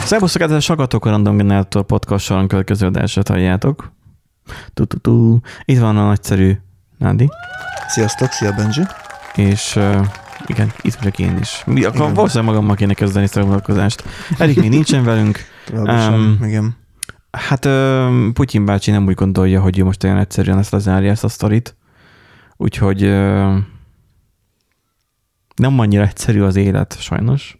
Szervusztok, ez a Sagatok a Random Generator podcast soron következő adását halljátok. Itt van a nagyszerű Nándi. Sziasztok, szia Benji. És igen, itt vagyok én is. Akkor valószínűleg magammal kéne kezdeni ezt a vonatkozást. Erik még nincsen velünk. Igen. Hát Putyin bácsi nem úgy gondolja, hogy ő most olyan egyszerűen ezt lezárja ezt a sztorit. Úgyhogy nem annyira egyszerű az élet, sajnos.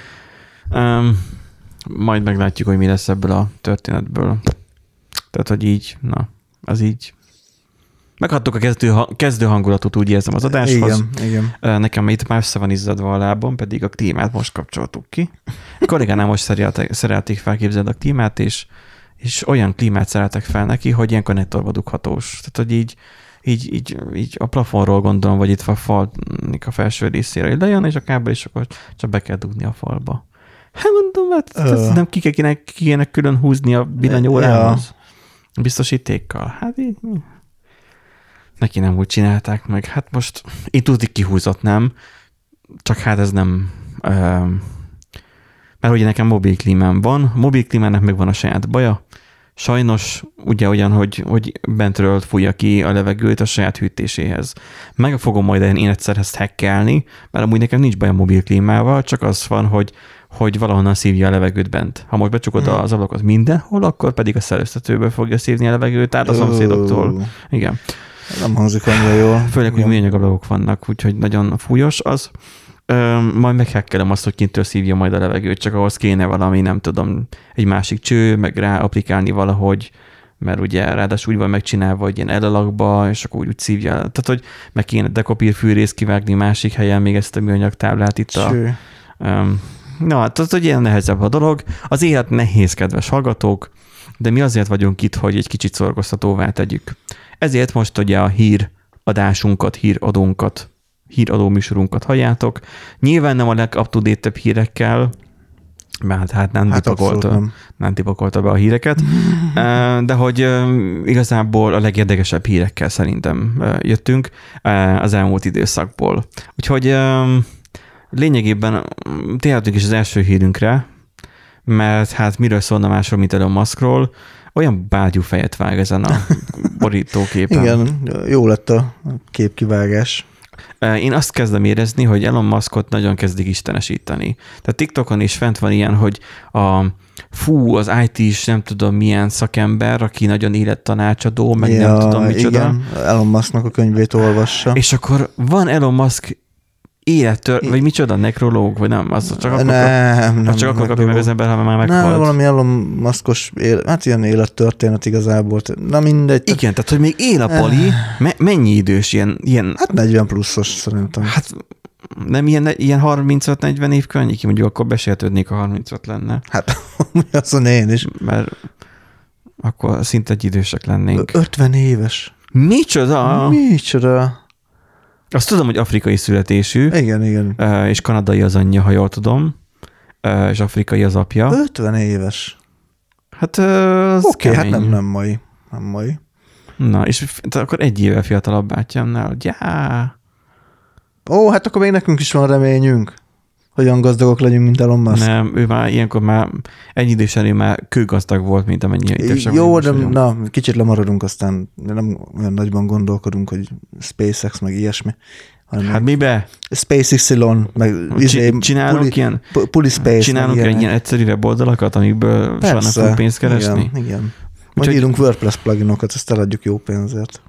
Majd meglátjuk, hogy mi lesz ebből a történetből. Tehát, hogy így, na, az így. Meghattuk a kezdő hangulatot, úgy érzem az adáshoz. Igen. Nekem itt már össze van izzadva a lábam, pedig a klímát most kapcsoltuk ki. A kollégánál most szerelték fel, képzeld a klímát, és olyan klímát szereltek fel neki, hogy ilyen konnektorba dughatós. Tehát, hogy így a plafonról gondolom, vagy itt a falnak a felső részére lejön, és a kábel is akkor csak be kell dugni a falba. Hát mondom, hát nem ki kéne külön húzni a villanyórához. Biztosítékkal. Hát így neki nem úgy csinálták meg. Hát most én tudik kihúzatnám, csak hát ez nem... mert ugye nekem mobil klímám van, a mobil klímának meg van a saját baja. Sajnos ugye olyan, hogy bentről fújja ki a levegőt a saját hűtéséhez. Meg fogom majd én egyszer ezt hackelni, mert amúgy nekem nincs baj a mobil klímával, csak az van, hogy valahonnan szívja a levegőt bent. Ha most becsukod az ablakot mindenhol, akkor pedig a szereztetőből fogja szívni a levegőt, tehát a szomszédoktól. Igen. Nem hangzik annyira jól. Főleg, hogy műanyag ablakok vannak, úgyhogy nagyon fújos az. Majd meghekkelem azt, hogy kintől szívja majd a levegőt, csak ahhoz kéne valami, nem tudom, egy másik cső, meg rá applikálni valahogy, mert ugye ráadásul úgy van megcsinálva, hogy ilyen elalakba, és akkor úgy szívja. Tehát, hogy meg kéne dekopírfűrészt kivágni másik helyen, még ezt a műanyag táblát itt na, tehát, hogy ilyen nehezebb a dolog. Az élet nehéz, kedves hallgatók, de mi azért vagyunk itt, hogy egy kicsit szorgoztatóvá tegyük. Ezért most ugye a híradó műsorunkat halljátok. Nyilván nem a legup-to-date-ebb hírekkel, mert hát nem tipakolta be a híreket, de hogy igazából a legérdekesebb hírekkel szerintem jöttünk az elmúlt időszakból. Úgyhogy lényegében térhetünk is az első hírünkre, mert hát miről szólna másról, mint Elon Muskról, olyan bágyú fejet vág ezen a borítóképen. Igen, jó lett a képkivágás. Én azt kezdem érezni, hogy Elon Muskot nagyon kezdik istenesíteni. Tehát TikTokon is fent van ilyen, hogy az IT is nem tudom milyen szakember, aki nagyon élettanácsadó, meg nem tudom micsoda. Igen, Elon Musknak a könyvét olvassa. És akkor van Elon Musk vagy micsoda, nekrológ, vagy nem? Az csak akkor kapja meg az ember, ha már meghalt. Nem, valami Elon Muskos, hát ilyen élettörténet igazából. Na mindegy. Igen, tehát hogy még él a pali, mennyi idős ilyen? Hát 40 pluszos szerintem. Hát nem ilyen 35-40 év környéki, mondjuk akkor besértődnék, a 35 lenne. Hát azon én is. Mert akkor szinte egy idősek lennénk. 50 éves. Micsoda? Azt tudom, hogy afrikai születésű. Igen. És kanadai az anyja, ha jól tudom. És afrikai az apja. 50 éves. Hát az kemény. Hát nem mai. Na, és akkor egy évvel fiatalabb bátyámnál. Hát akkor még nekünk is van reményünk, hogy olyan gazdagok legyünk, mint Elon Musk. Nem, ő már ilyenkor már ennyi idős elég már kőgazdag volt, mint amennyi idősebb. Jó, de kicsit lemaradunk, aztán nem olyan nagyban gondolkodunk, hogy SpaceX, meg ilyesmi. Hát mibe? SpaceX-ilon, meg csinálunk ilyen ilyen egyszerű weboldalakat, amikből soha nem fogunk pénzt keresni? Igen. Majd írunk WordPress pluginokat, ezt eladjuk jó pénzért.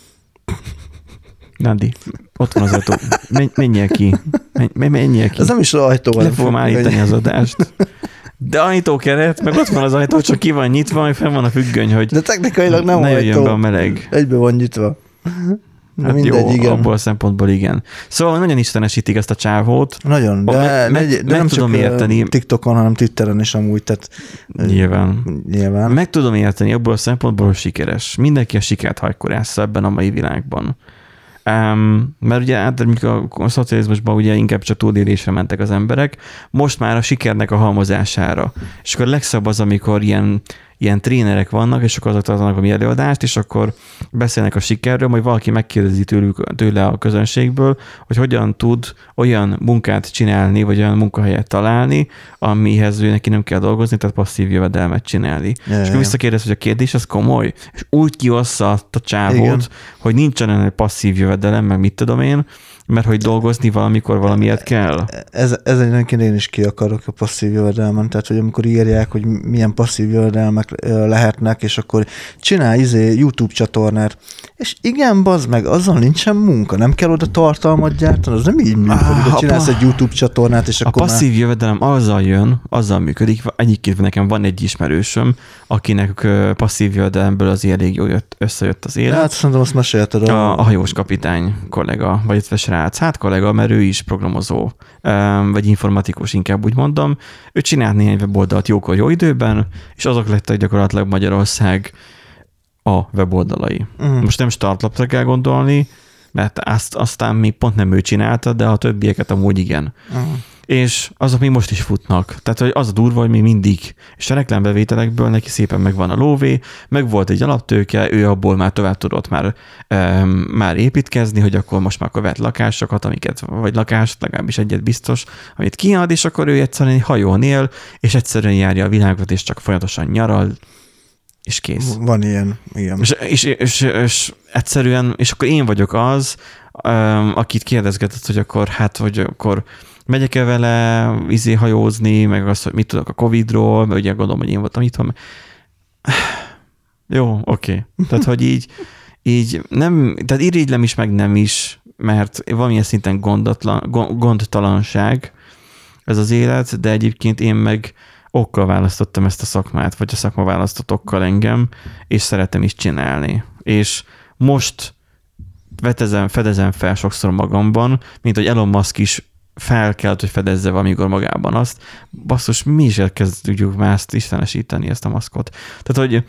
Nandi, ott van az ajtó. Menjél ki. Ez nem is ajtó. Le fogom állítani az adást. De ajtókeret, meg ott van az ajtó, csak ki van nyitva, majd fenn van a függöny, hogy de technikailag nem ne ajtó. jöjjön be a meleg. Egybe van nyitva. Hát mindegy, jó, igen. Abból a szempontból igen. Szóval nagyon istenesítik ezt a csávót. Nagyon, de nem tudom érteni. TikTokon, hanem Twitteren is amúgy. Tehát, nyilván. Meg tudom érteni abból a szempontból, hogy sikeres. Mindenki a sikert hajkorásza ebben a mai világban. Mert ugye a szocializmusban ugye inkább csak túlélésre mentek az emberek, most már a sikernek a halmozására. És akkor a legszebb az, amikor ilyen ilyen trénerek vannak, és akkor azok tartanak a mi előadást, és akkor beszélnek a sikerről, majd valaki megkérdezi tőle a közönségből, hogy hogyan tud olyan munkát csinálni, vagy olyan munkahelyet találni, amihez ő neki nem kell dolgozni, tehát passzív jövedelmet csinálni. És akkor visszakérdez, hogy a kérdés az komoly, és úgy kiossza a csávót, hogy nincsen egy passzív jövedelem, meg mit tudom én, mert hogy dolgozni valamikor valamiért kell. Ez egyébként én is ki akarok a passzív jövedelmen, tehát hogy amikor írják, hogy milyen passzív jövedelmek lehetnek, és akkor csinálj YouTube csatornát, és igen, bazd meg, azzal nincsen munka, nem kell oda tartalmat gyártani, az nem így működik, hogy csinálsz egy YouTube csatornát, és akkor passzív jövedelem azzal működik, egyébként nekem van egy ismerősöm, akinek passzív jövedelemből az elég jól összejött az élet. Hát szerintem azt mesélted. A hajós kapitány kollega, vagy srác, hát kollega, mert ő is programozó, vagy informatikus, inkább úgy mondom. Ő csinált néhány weboldalt jókor, jó időben, és azok lettek gyakorlatilag Magyarország a weboldalai. Most nem startlapra kell gondolni, mert aztán még pont nem ő csinálta, de a többieket amúgy igen. És azok még most is futnak. Tehát hogy az a durva, hogy még mindig, és a reklámbevételekből neki szépen megvan a lóvé, meg volt egy alaptőke, ő abból már tovább tudott már építkezni, hogy akkor most már vett lakásokat, vagy lakást, legalábbis egyet biztos, amit kiad, és akkor ő egyszerűen egy hajón él, és egyszerűen járja a világot, és csak folyamatosan nyaral, és kész. Van ilyen, igen. És egyszerűen, és akkor én vagyok az, akit kérdezgetett, hogy akkor megyek-e vele hajózni, meg azt, hogy mit tudok a Covid-ról, mert ugye gondolom, hogy én voltam itthon. Jó, oké. Tehát, hogy így nem, tehát irigylem is, meg nem is, mert valamilyen szinten gondtalanság ez az élet, de egyébként én meg okkal választottam ezt a szakmát, vagy a szakma választott okkal engem, és szeretem is csinálni. És most fedezem fel sokszor magamban, mint hogy Elon Musk is fel kellett, hogy fedezze valamikor magában azt. Basszus, mi is elkezdjük már ezt istenesíteni, ezt a maszkot. Tehát,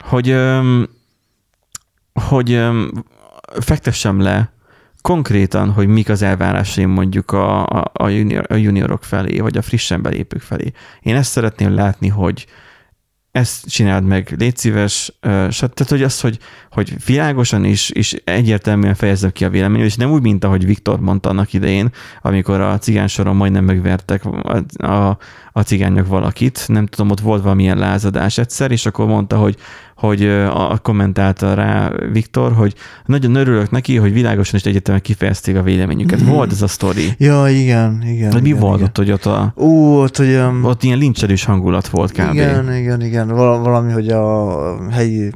hogy fektessem le konkrétan, hogy mik az elvárásaim mondjuk a juniorok felé, vagy a frissen belépők felé. Én ezt szeretném látni, hogy ezt csináld meg, légy szíves, tehát hogy az, hogy világosan és egyértelműen fejezzem ki a véleményét, és nem úgy, mint ahogy Viktor mondta annak idején, amikor a cigány soron majdnem megvertek a cigányok valakit, nem tudom, ott volt valamilyen lázadás egyszer, és akkor mondta, hogy kommentálta rá Viktor, hogy nagyon örülök neki, hogy világosan és egyetemen kifejezték a véleményüket. Volt ez a sztori. Ja, igen. Hogy mi volt igen. ott, hogy ott, hogy ott ilyen lincselős hangulat volt kb. Igen. Valami, hogy a helyi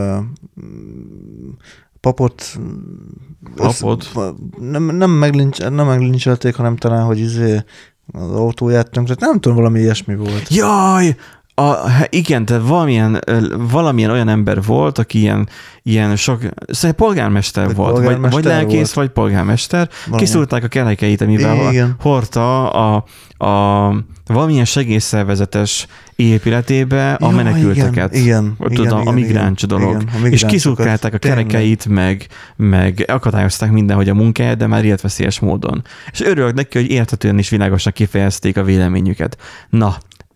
papot nem meglincselték, hanem talán, hogy az autóját tönkre. Nem tudom, valami ilyesmi volt. Jaj! Igen, tehát valamilyen olyan ember volt, aki ilyen sok, szóval polgármester volt, vagy lelkész, vagy polgármester. Valami. Kiszúrták a kerekeit, amivel hordta a valamilyen segélyszervezetes épületébe a menekülteket. Igen, a migráns dolog. Igen, és kiszúrkálták a kerekeit, meg akadályozták mindenhogy a munkáját, de már életveszélyes módon. És örülök neki, hogy érthetően is világosan kifejezték a véleményüket. Na,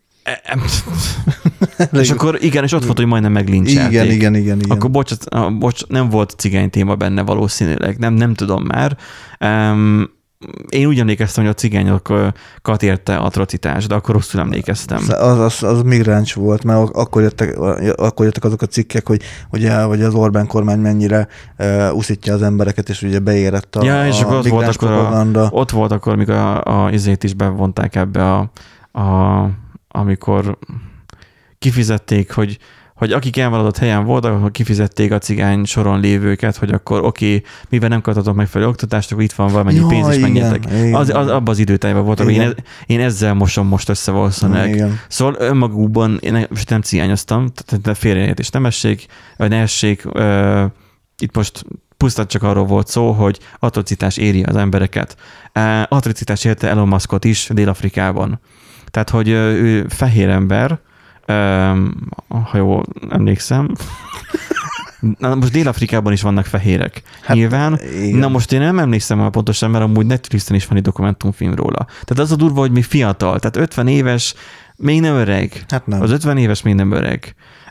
és akkor igen, és ott volt, hogy majdnem meglincselték. Igen. Akkor bocs, nem volt cigány téma benne valószínűleg, nem tudom már. Én úgy emlékeztem, hogy a cigányokat érte atrocitás, de akkor rosszul emlékeztem. Az migráns volt, mert akkor jöttek azok a cikkek, hogy az Orbán kormány mennyire uszítja az embereket, és ugye beérett a és akkor migráns propaganda. Ott volt akkor, amikor izét is bevonták ebbe amikor kifizették, hogy akik elmaradott helyen voltak, akkor kifizették a cigány soron lévőket, hogy akkor oké, mivel nem kaptatok megfelelő oktatást, akkor itt van valamennyi pénz, és menjetek. Abban az időtájban voltak, hogy én ezzel mosom most össze valószínűleg. Szóval önmagukban én nem cigányoztam, tehát félreértés nem essék, vagy ne essék. Itt most pusztán csak arról volt szó, hogy atrocitás éri az embereket. Atrocitás érte Elon Muskot is Dél-Afrikában. Tehát, hogy ő fehér ember, ha jól emlékszem. Na, most Dél-Afrikában is vannak fehérek. Hát, nyilván. Igen. Na most én nem emlékszem már pontosan, mert amúgy Netflixen is van egy dokumentumfilm róla. Tehát az a durva, hogy még fiatal. Tehát 50 éves, még nem öreg. Hát nem. Az 50 éves még nem öreg.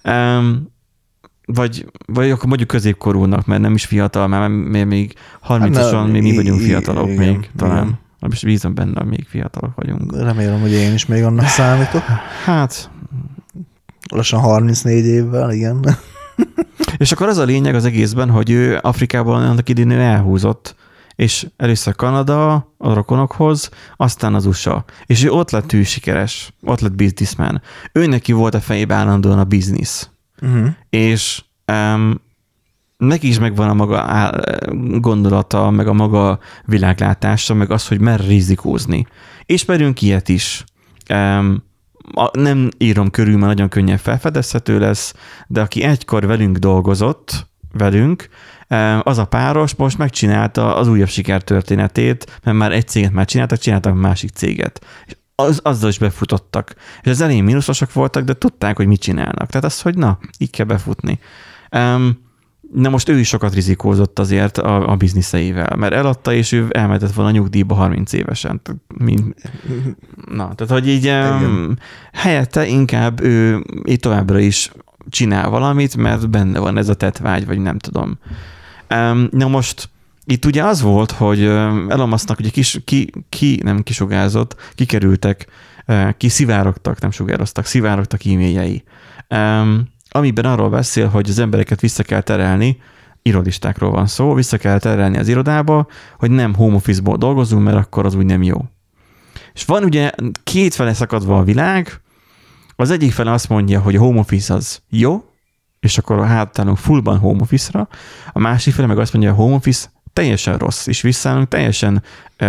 Vagy akkor mondjuk középkorúnak, mert nem is fiatal, mert még 30-asan még mi vagyunk fiatalok igen, még talán. És bízom benne, hogy még fiatalok vagyunk. Remélem, hogy én is még annak számítok. Hát... Lassan 34 évvel, igen. És akkor az a lényeg az egészben, hogy ő Afrikában annak idén elhúzott, és először Kanada a rokonokhoz, aztán az USA. És ő ott lett sikeres, ott lett businessman. Ő neki volt a fejében állandóan a biznisz. És neki is megvan a maga gondolata, meg a maga világlátása, meg az, hogy mer rizikózni. És merünk ilyet is. Nem írom körül, mert nagyon könnyen felfedezhető lesz, de aki egykor velünk dolgozott, az a páros most megcsinálta az újabb sikertörténetét, mert már egy céget már csináltak másik céget. És azzal is befutottak. És az elején mínuszosak voltak, de tudták, hogy mit csinálnak. Tehát az, hogy na, így kell befutni. Na most ő is sokat rizikózott azért a bizniszeivel, mert eladta, és ő elmehetett volna nyugdíjba 30 évesen. Na, tehát hogy így helyette inkább ő így továbbra is csinál valamit, mert benne van ez a tettvágy, vagy nem tudom. Na most itt ugye az volt, hogy Elon Musknak ugye nem kisugázott, kikerültek, szivárogtak, nem sugároztak, szivárogtak e-mailjei. Amiben arról beszél, hogy az embereket vissza kell terelni, irodistákról van szó, vissza kell terelni az irodába, hogy nem home office-ból dolgozunk, mert akkor az úgy nem jó. És van ugye két fele szakadva a világ, az egyik fele azt mondja, hogy a home office az jó, és akkor háttálunk fullban home office-ra, a másik fele meg azt mondja, hogy a home office teljesen rossz, és visszállunk teljesen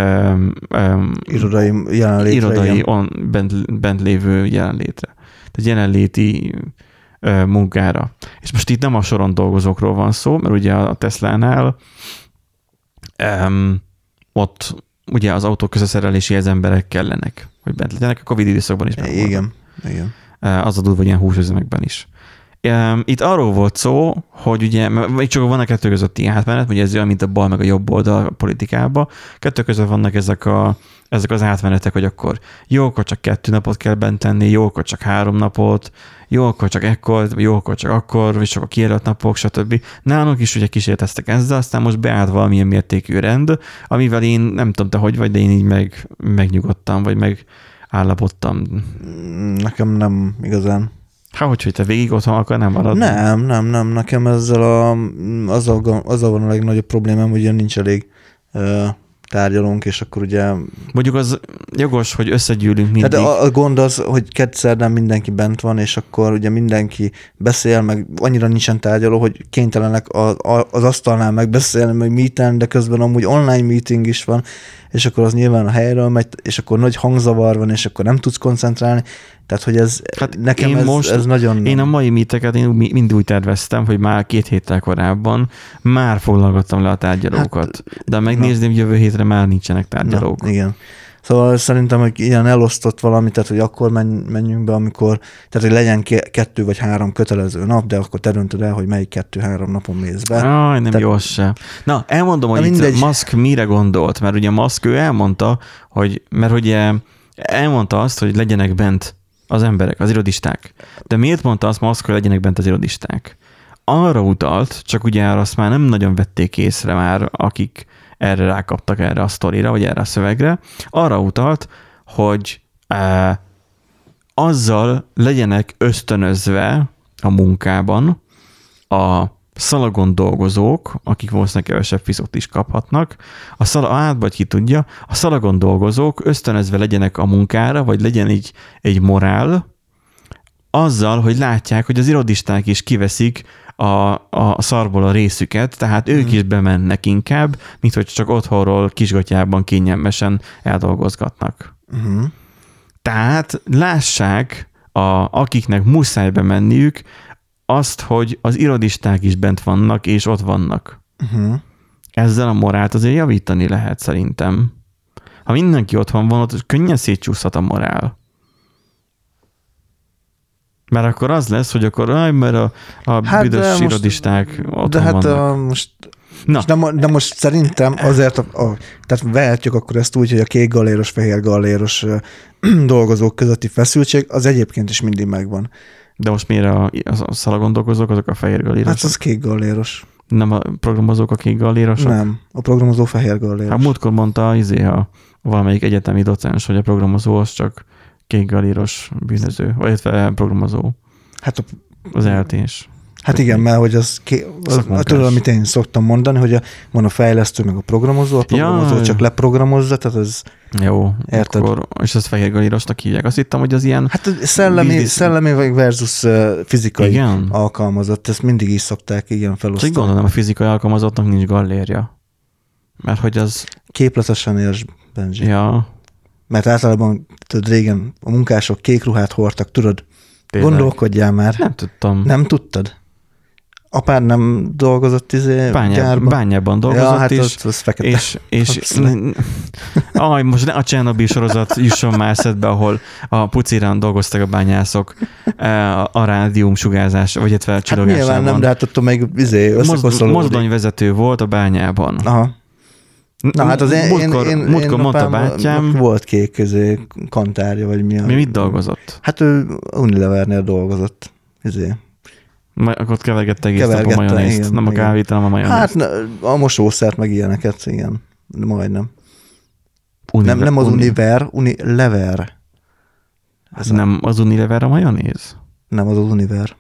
irodai bent lévő jelenlétre. Tehát jelenléti munkára. És most itt nem a soron dolgozókról van szó, mert ugye a Teslánál ott ugye az autók összeszereléséhez emberek kellenek, hogy bent legyenek, a Covid időszakban is. Igen. Az a durva, ilyen húsüzemekben is. Itt arról volt szó, hogy ugye, még csak van a kettő közötti átmenet, ugye ez olyan, mint a bal meg a jobb oldal a politikában. Kettő között vannak ezek az átmenetek, hogy akkor jó, akkor csak 2 napot kell bent tenni, jó, akkor csak 3 napot, jó, akkor csak ekkor, jó, akkor csak akkor, és csak a kijelölt napok, stb. Nálunk is ugye kísérleteztek ezzel, aztán most beállt valamilyen mértékű rend, amivel én nem tudom te hogy vagy, de én így megnyugodtam, vagy megállapodtam. Nekem nem igazán. Hogy te végig otthon akarnám maradni? Nem. Nekem azzal van a legnagyobb problémám, hogy ugye nincs elég tárgyalunk, és akkor ugye... Mondjuk az jogos, hogy összegyűlünk mindig. Tehát a gond az, hogy kedszerdán mindenki bent van, és akkor ugye mindenki beszél, meg annyira nincsen tárgyaló, hogy kénytelenek az asztalnál megbeszélni, meg meeten, de közben amúgy online meeting is van, és akkor az nyilván a helyről megy, és akkor nagy hangzavar van, és akkor nem tudsz koncentrálni. Tehát, hogy nekem ez nagyon... Én a mai meeteket mind úgy terveztem, hogy már 2 héttel korábban már foglalgattam le a tárgyalókat. De megnézném, jövő hétre már nincsenek tárgyalók. Igen. Szóval szerintem, hogy ilyen elosztott valami, tehát, hogy akkor menjünk be, amikor, tehát, hogy legyen 2 vagy 3 kötelező nap, de akkor te döntöd el, hogy melyik 2-3 napon mész be. Nem jó az se. Na, elmondom, hogy itt Musk mire gondolt, mert ugye Musk ő elmondta, mert ugye elmondta azt, hogy legyenek bent az emberek, az irodisták. De miért mondta azt Musk, hogy legyenek bent az irodisták? Arra utalt, csak ugye azt már nem nagyon vették észre már, akik erre rákaptak erre a sztorira, vagy erre a szövegre, arra utalt, hogy azzal legyenek ösztönözve a munkában a szalagon dolgozók, akik valószínűleg kevesebb fizetést is kaphatnak, vagy ki tudja, a szalagon dolgozók ösztönözve legyenek a munkára, vagy legyen így egy morál, azzal, hogy látják, hogy az irodisták is kiveszik a szarból a részüket, tehát ők is bemennek inkább, mint hogy csak otthonról kisgatyában kényelmesen eldolgozgatnak. Tehát lássák, akiknek muszáj bemenniük, azt, hogy az irodisták is bent vannak, és ott vannak. Ezzel a morált azért javítani lehet szerintem. Ha mindenki otthon van, ott könnyen szétcsúszhat a morál. Mert akkor az lesz, hogy akkor mert a büdös irodisták otthon vannak. Most Na. De most szerintem azért, tehát vehetjük akkor ezt úgy, hogy a kék galléros, fehér galléros dolgozók közötti feszültség az egyébként is mindig megvan. De most miért a szalagon dolgozók, azok a fehér gallérosok? Hát az kék galléros. Nem a programozók a kék gallérosok? Nem, a programozó fehér galléros. Hát múltkor mondta a valamelyik egyetemi docens, hogy a programozó az csak kék galléros bűnöző, vagy programozó. Hát az eltés. Hát igen, mert hogy tudod, amit én szoktam mondani, hogy van a fejlesztő, meg a programozó csak leprogramozza, tehát ez... Jó, érted? Akkor, és ezt fehér galírosnak hívják. Azt hittem, hogy az ilyen... Hát szellemi versus fizikai alkalmazott, ezt mindig is szokták felosztani. Csak gondolom, a fizikai alkalmazottnak nincs gallérja. Mert hogy az... Képletesen érs, Benji. Ja. Mert általában, tudod, régen a munkások kék ruhát hordtak, tudod? Tényleg? Gondolkodjál már. Nem tudtam. Nem tudtad? Apád nem dolgozott gyárban? Bányában dolgozott, ja, hát az fekete. És most ne a Csernobil sorozat jusson már eszedbe, ahol a pucirán dolgoztak a bányászok a rádium sugárzás, vagy illetve csillogásában. Hát nyilván nem, de hát ott még összekoszolódik. Mozdonyvezető volt a bányában. Aha. Na hát az múltkor mondta bátyám. Volt kék kantárja, vagy mi. Mi mit dolgozott? Hát ő Unilevernél dolgozott. Akkor kevergette egész nap a majonézt. Igen, nem a kávét, hanem a majonézt. Hát a mosószert, meg ilyeneket, igen. Majdnem. Nem az Unilever. Nem az Unilever a majonéz? Nem az Univer.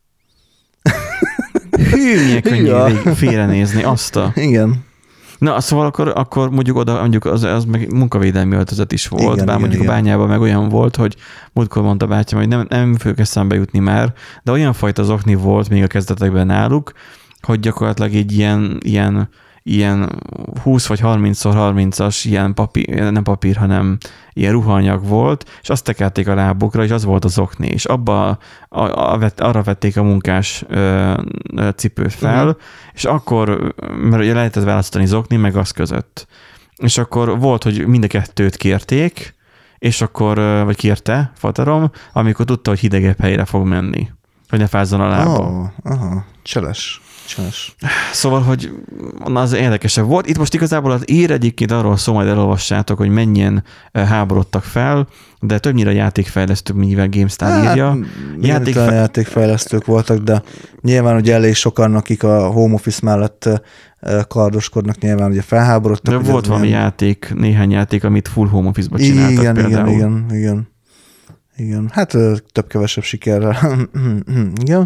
Hű, milyen könnyű félrenézni azt a... Igen. Na, szóval akkor mondjuk oda, mondjuk az meg munkavédelmi öltözet is volt, igen, bár mondjuk a bányában meg olyan volt, hogy múltkor mondta bátyám, hogy nem fogjuk eszembe jutni már, de olyan fajta zokni volt még a kezdetekben náluk, hogy gyakorlatilag egy ilyen 20 vagy 30x30-as ilyen nem papír, hanem ilyen ruhaanyag volt, és azt tekerték a lábukra, és az volt a zokni, és abba arra vették a munkás cipőt fel, és akkor, mert ugye lehetett választani zokni, meg az között. És akkor volt, hogy mind a kettőt kérték, és akkor, vagy kérte Fatarom, amikor tudta, hogy hidegebb helyre fog menni, hogy ne fázzon a lába. Aha, cseles. Szóval, hogy az érdekesebb volt. Itt most igazából az ír egyébként arról szól, majd elolvassátok, hogy mennyien háborodtak fel, de többnyire a játékfejlesztők, mivel GameStar írja. Játékfejlesztők voltak, de nyilván ugye elég sokan, akik a home office mellett kardoskodnak, nyilván ugye felháborodtak. De volt valami néhány játék, amit full home office-ba csináltak például. Igen. Hát több-kevesebb sikerrel. Igen.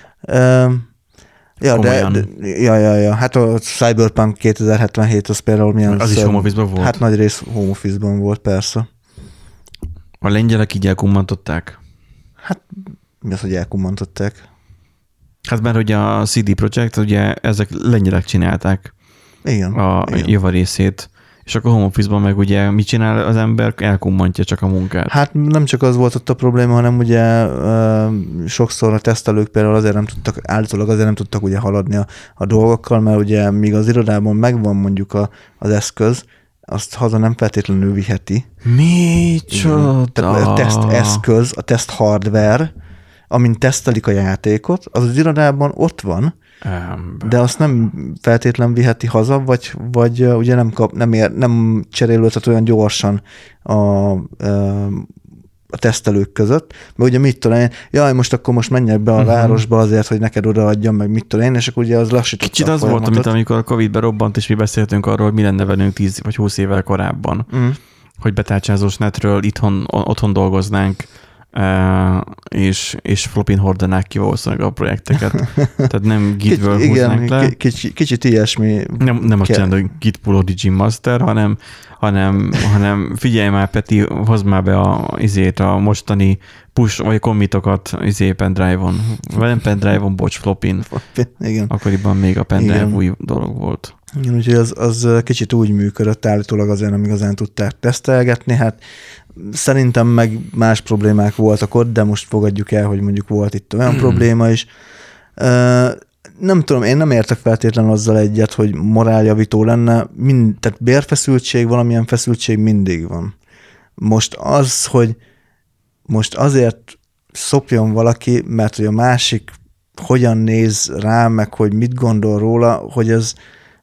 Ja. Hát a Cyberpunk 2077 az például milyen... Az is home office-ban volt? Hát nagy rész home office-ban volt, persze. A lengyelek így elkummantották? Hát mi az, hogy elkummantották? Hát mert ugye a CD Projekt, ugye ezek lengyelek csinálták. Igen. A javarészét. És akkor home office-ban meg ugye mit csinál az ember? Elkummantja csak a munkát. Hát nem csak az volt ott a probléma, hanem ugye sokszor a tesztelők például állítólag azért nem tudtak ugye haladni a dolgokkal, mert ugye míg az irodában megvan mondjuk az eszköz, azt haza nem feltétlenül viheti. Micsoda? Tehát a teszteszköz, a teszt hardware, amin tesztelik a játékot, az irodában ott van, de azt nem feltétlen viheti haza, vagy ugye nem cserélődhet olyan gyorsan a tesztelők között, mert ugye mit tudom én, most menjek be a városba azért, hogy neked odaadjam, meg mit tudom én, és akkor ugye az lassította kicsit az volt, amit amikor a Covid-be robbant, és mi beszéltünk arról, hogy mi lenne velünk 10 vagy 20 évvel korábban, hogy betárcsázós netről otthon dolgoznánk, és flopin hordanák ki valószínűleg a projekteket. Tehát nem Gitből húznánk le. Kicsit ilyesmi. Nem azt csinálod, hogy Git pull origin master, hanem figyelj már, Peti, hozd már be a mostani push vagy commitokat pendrive-on. Vagy nem pendrive-on, flopin. Igen. Akkoriban még a pendrive új dolog volt. Igen, úgyhogy az kicsit úgy működött állítólag azért, nem igazán tudták tesztelgetni. Hát szerintem meg más problémák voltak ott, de most fogadjuk el, hogy mondjuk volt itt olyan probléma is. Nem tudom, én nem értek feltétlenül azzal egyet, hogy moráljavító lenne, tehát bérfeszültség, valamilyen feszültség mindig van. Most az, hogy most azért szopjon valaki, mert hogy a másik hogyan néz rá, meg hogy mit gondol róla, hogy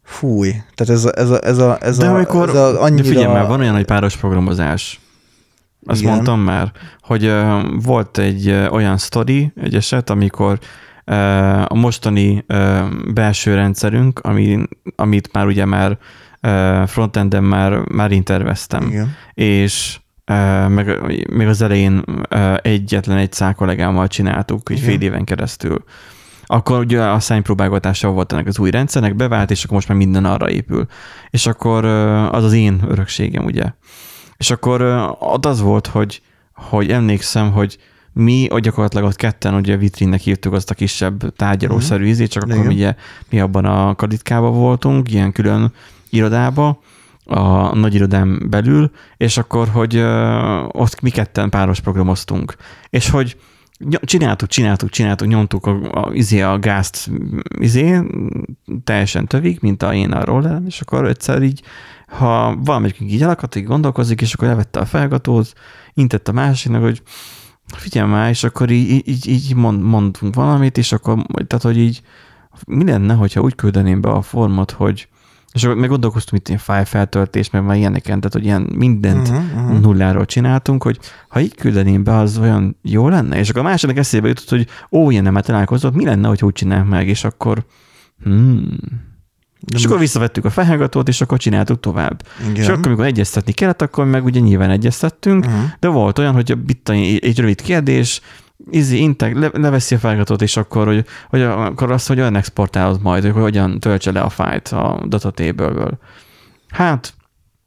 Fúj. Tehát De amikor, annyira... de figyelj már, van olyan, hogy páros programozás. Azt igen. Mondtam már, hogy volt egy olyan sztori, egy eset, amikor a mostani belső rendszerünk, amit már ugye már frontenden már én terveztem. Igen. És meg az elején egyetlen egy szál kollégámmal csináltuk, egy fél éven keresztül. Akkor ugye a szánypróbálgatása volt ennek az új rendszernek, bevált, és akkor most már minden arra épül. És akkor az én örökségem, ugye. És akkor az volt, hogy emlékszem, hogy mi gyakorlatilag ott ketten ugye vitrinnek hívtuk azt a kisebb tárgyalószerű ízét, csak akkor ugye mi abban a kalitkában voltunk, ilyen külön irodába, a nagy irodám belül, és akkor, hogy ott mi ketten páros programoztunk. És hogy csináltuk, nyomtuk a gázt teljesen tövig, mint én a rollerem, és akkor egyszer így, ha valamelyikünk így elakadt, így gondolkozik, és akkor levette a felgatót, intett a másiknak, hogy figyelj már, és akkor így mondtunk valamit, és akkor, tehát, hogy így mi lenne, hogyha úgy küldeném be a formot, hogy és akkor meg gondolkoztunk itt ilyen fájlfeltöltés, meg már ilyeneken, tehát hogy ilyen mindent nulláról csináltunk, hogy ha így küldeném be, az olyan jó lenne. És akkor a másodnak eszébe jutott, hogy ilyen nem találkozott, mi lenne, hogyha úgy csináljuk meg, és akkor és akkor visszavettük a felhallgatót, és akkor csináltuk tovább. Igen. És akkor, amikor egyeztetni kellett, akkor meg ugye nyilván egyeztettünk, de volt olyan, hogy egy rövid kérdés, leveszi a felhallgatót, és akkor, akkor azt, hogy olyan exportálod majd, hogy hogyan töltse le a fájlt a datatable-ből. Hát,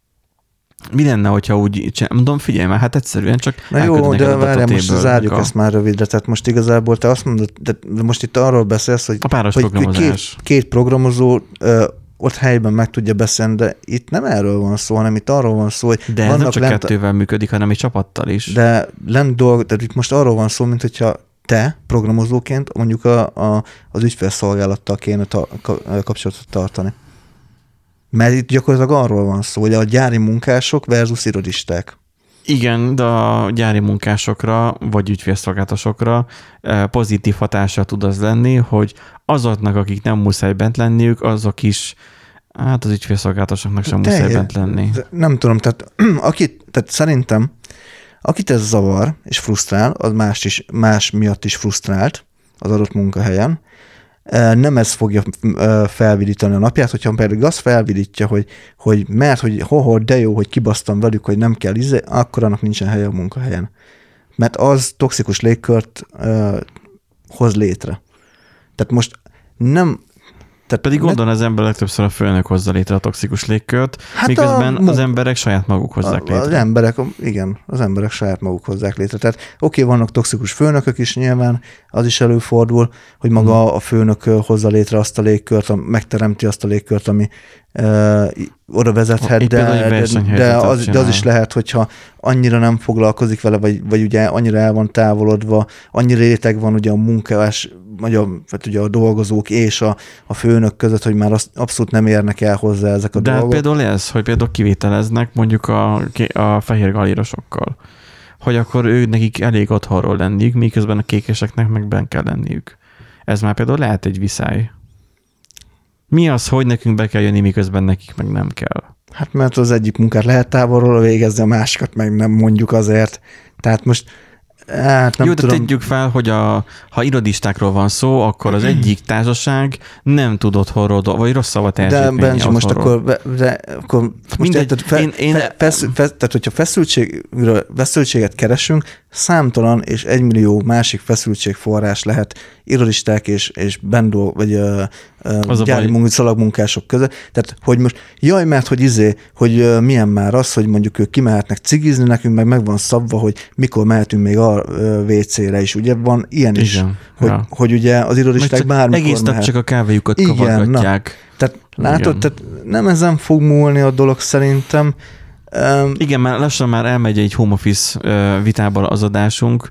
mi lenne, hogyha úgy mondom, figyelj már, hát egyszerűen csak na jó, de várjál, most zárjuk ezt már rövidre, tehát most igazából te azt mondod, de most itt arról beszélsz, hogy, a páros programozás. Két programozó ott helyben meg tudja beszélni, de itt nem erről van szó, hanem itt arról van szó, hogy de ez nem csak kettővel működik, hanem egy csapattal is. De tehát itt most arról van szó, mint hogyha te programozóként mondjuk az ügyfélszolgálattal kéne kapcsolatot tartani. Mert itt gyakorlatilag arról van szó, hogy a gyári munkások versus irodisták. Igen, de a gyári munkásokra, vagy ügyfélszolgáltatásokra pozitív hatása tud az lenni, hogy azoknak, akik nem muszáj bent lenniük, azok is, hát az ügyfélszolgáltatásoknak sem muszáj bent lenni. Nem tudom, tehát szerintem, akit ez zavar és frusztrál, az más miatt is frusztrált az adott munkahelyen, nem ez fogja felvidítani a napját, hogyha pedig azt felvidítja, hogy mert, hogy de jó, hogy kibasztam velük, hogy nem kell akkor annak nincsen helye a munkahelyen. Mert az toxikus légkört hoz létre. Tehát most nem... Tehát pedig gondolom, az ember legtöbbször a főnök hozza létre a toxikus légkört, hát miközben az emberek saját maguk hozzák létre. Az emberek saját maguk hozzák létre. Tehát oké, vannak toxikus főnökök is nyilván, az is előfordul, hogy maga a főnök hozza létre azt a légkört, megteremti azt a légkört, ami oda vezethet, de az is lehet, hogyha annyira nem foglalkozik vele, vagy ugye annyira el van távolodva, annyira réteg van ugye a munkás, vagy ugye a dolgozók és a főnök között, hogy már abszolút nem érnek el hozzá ezek a dolgok. De például ez, hogy például kivételeznek mondjuk a fehér galírosokkal, hogy akkor nekik elég otthonról lenniük, miközben a kékeseknek meg benn kell lenniük. Ez már például lehet egy viszály. Mi az, hogy nekünk be kell jönni, miközben nekik meg nem kell? Hát mert az egyik munkát lehet távolról végezni, a másikat meg nem mondjuk azért. Tehát most hát nem jó, de tegyük fel, hogy ha irodistákról van szó, akkor az egyik társaság nem tud otthonról, vagy rosszabb a teljesítménye otthonról. De most akkor mindegy, tehát hogyha feszültséget keresünk, számtalan és 1 millió másik feszültségforrás lehet irodisták és bendó, vagy gyári szalagmunkások között. Tehát, hogy most, mert hogy milyen már az, hogy mondjuk ők kimehetnek cigizni, nekünk meg van szabva, hogy mikor mehetünk még a WC-re is. Ugye van ilyen is, igen, hogy ugye az irodisták bármikor egész nap csak a kávéjukat kavargatják. Tehát látod, tehát nem ezen fog múlni a dolog szerintem. Igen, már lassan már elmegy egy home office vitából az adásunk.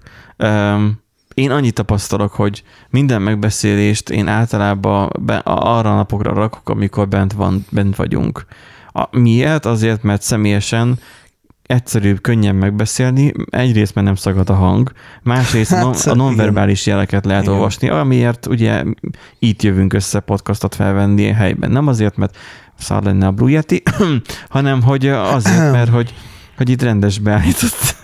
Én annyit tapasztalok, hogy minden megbeszélést én általában arra a napokra rakok, amikor bent vagyunk. Miért? Azért, mert személyesen egyszerűbb, könnyen megbeszélni, egyrészt, mert nem szagad a hang, másrészt a nonverbális jeleket lehet olvasni, amiért ugye itt jövünk össze podcastot felvenni a helyben. Nem azért, mert szar lenne a Blue Yeti, hanem hogy azért, mert hogy itt rendes beállított.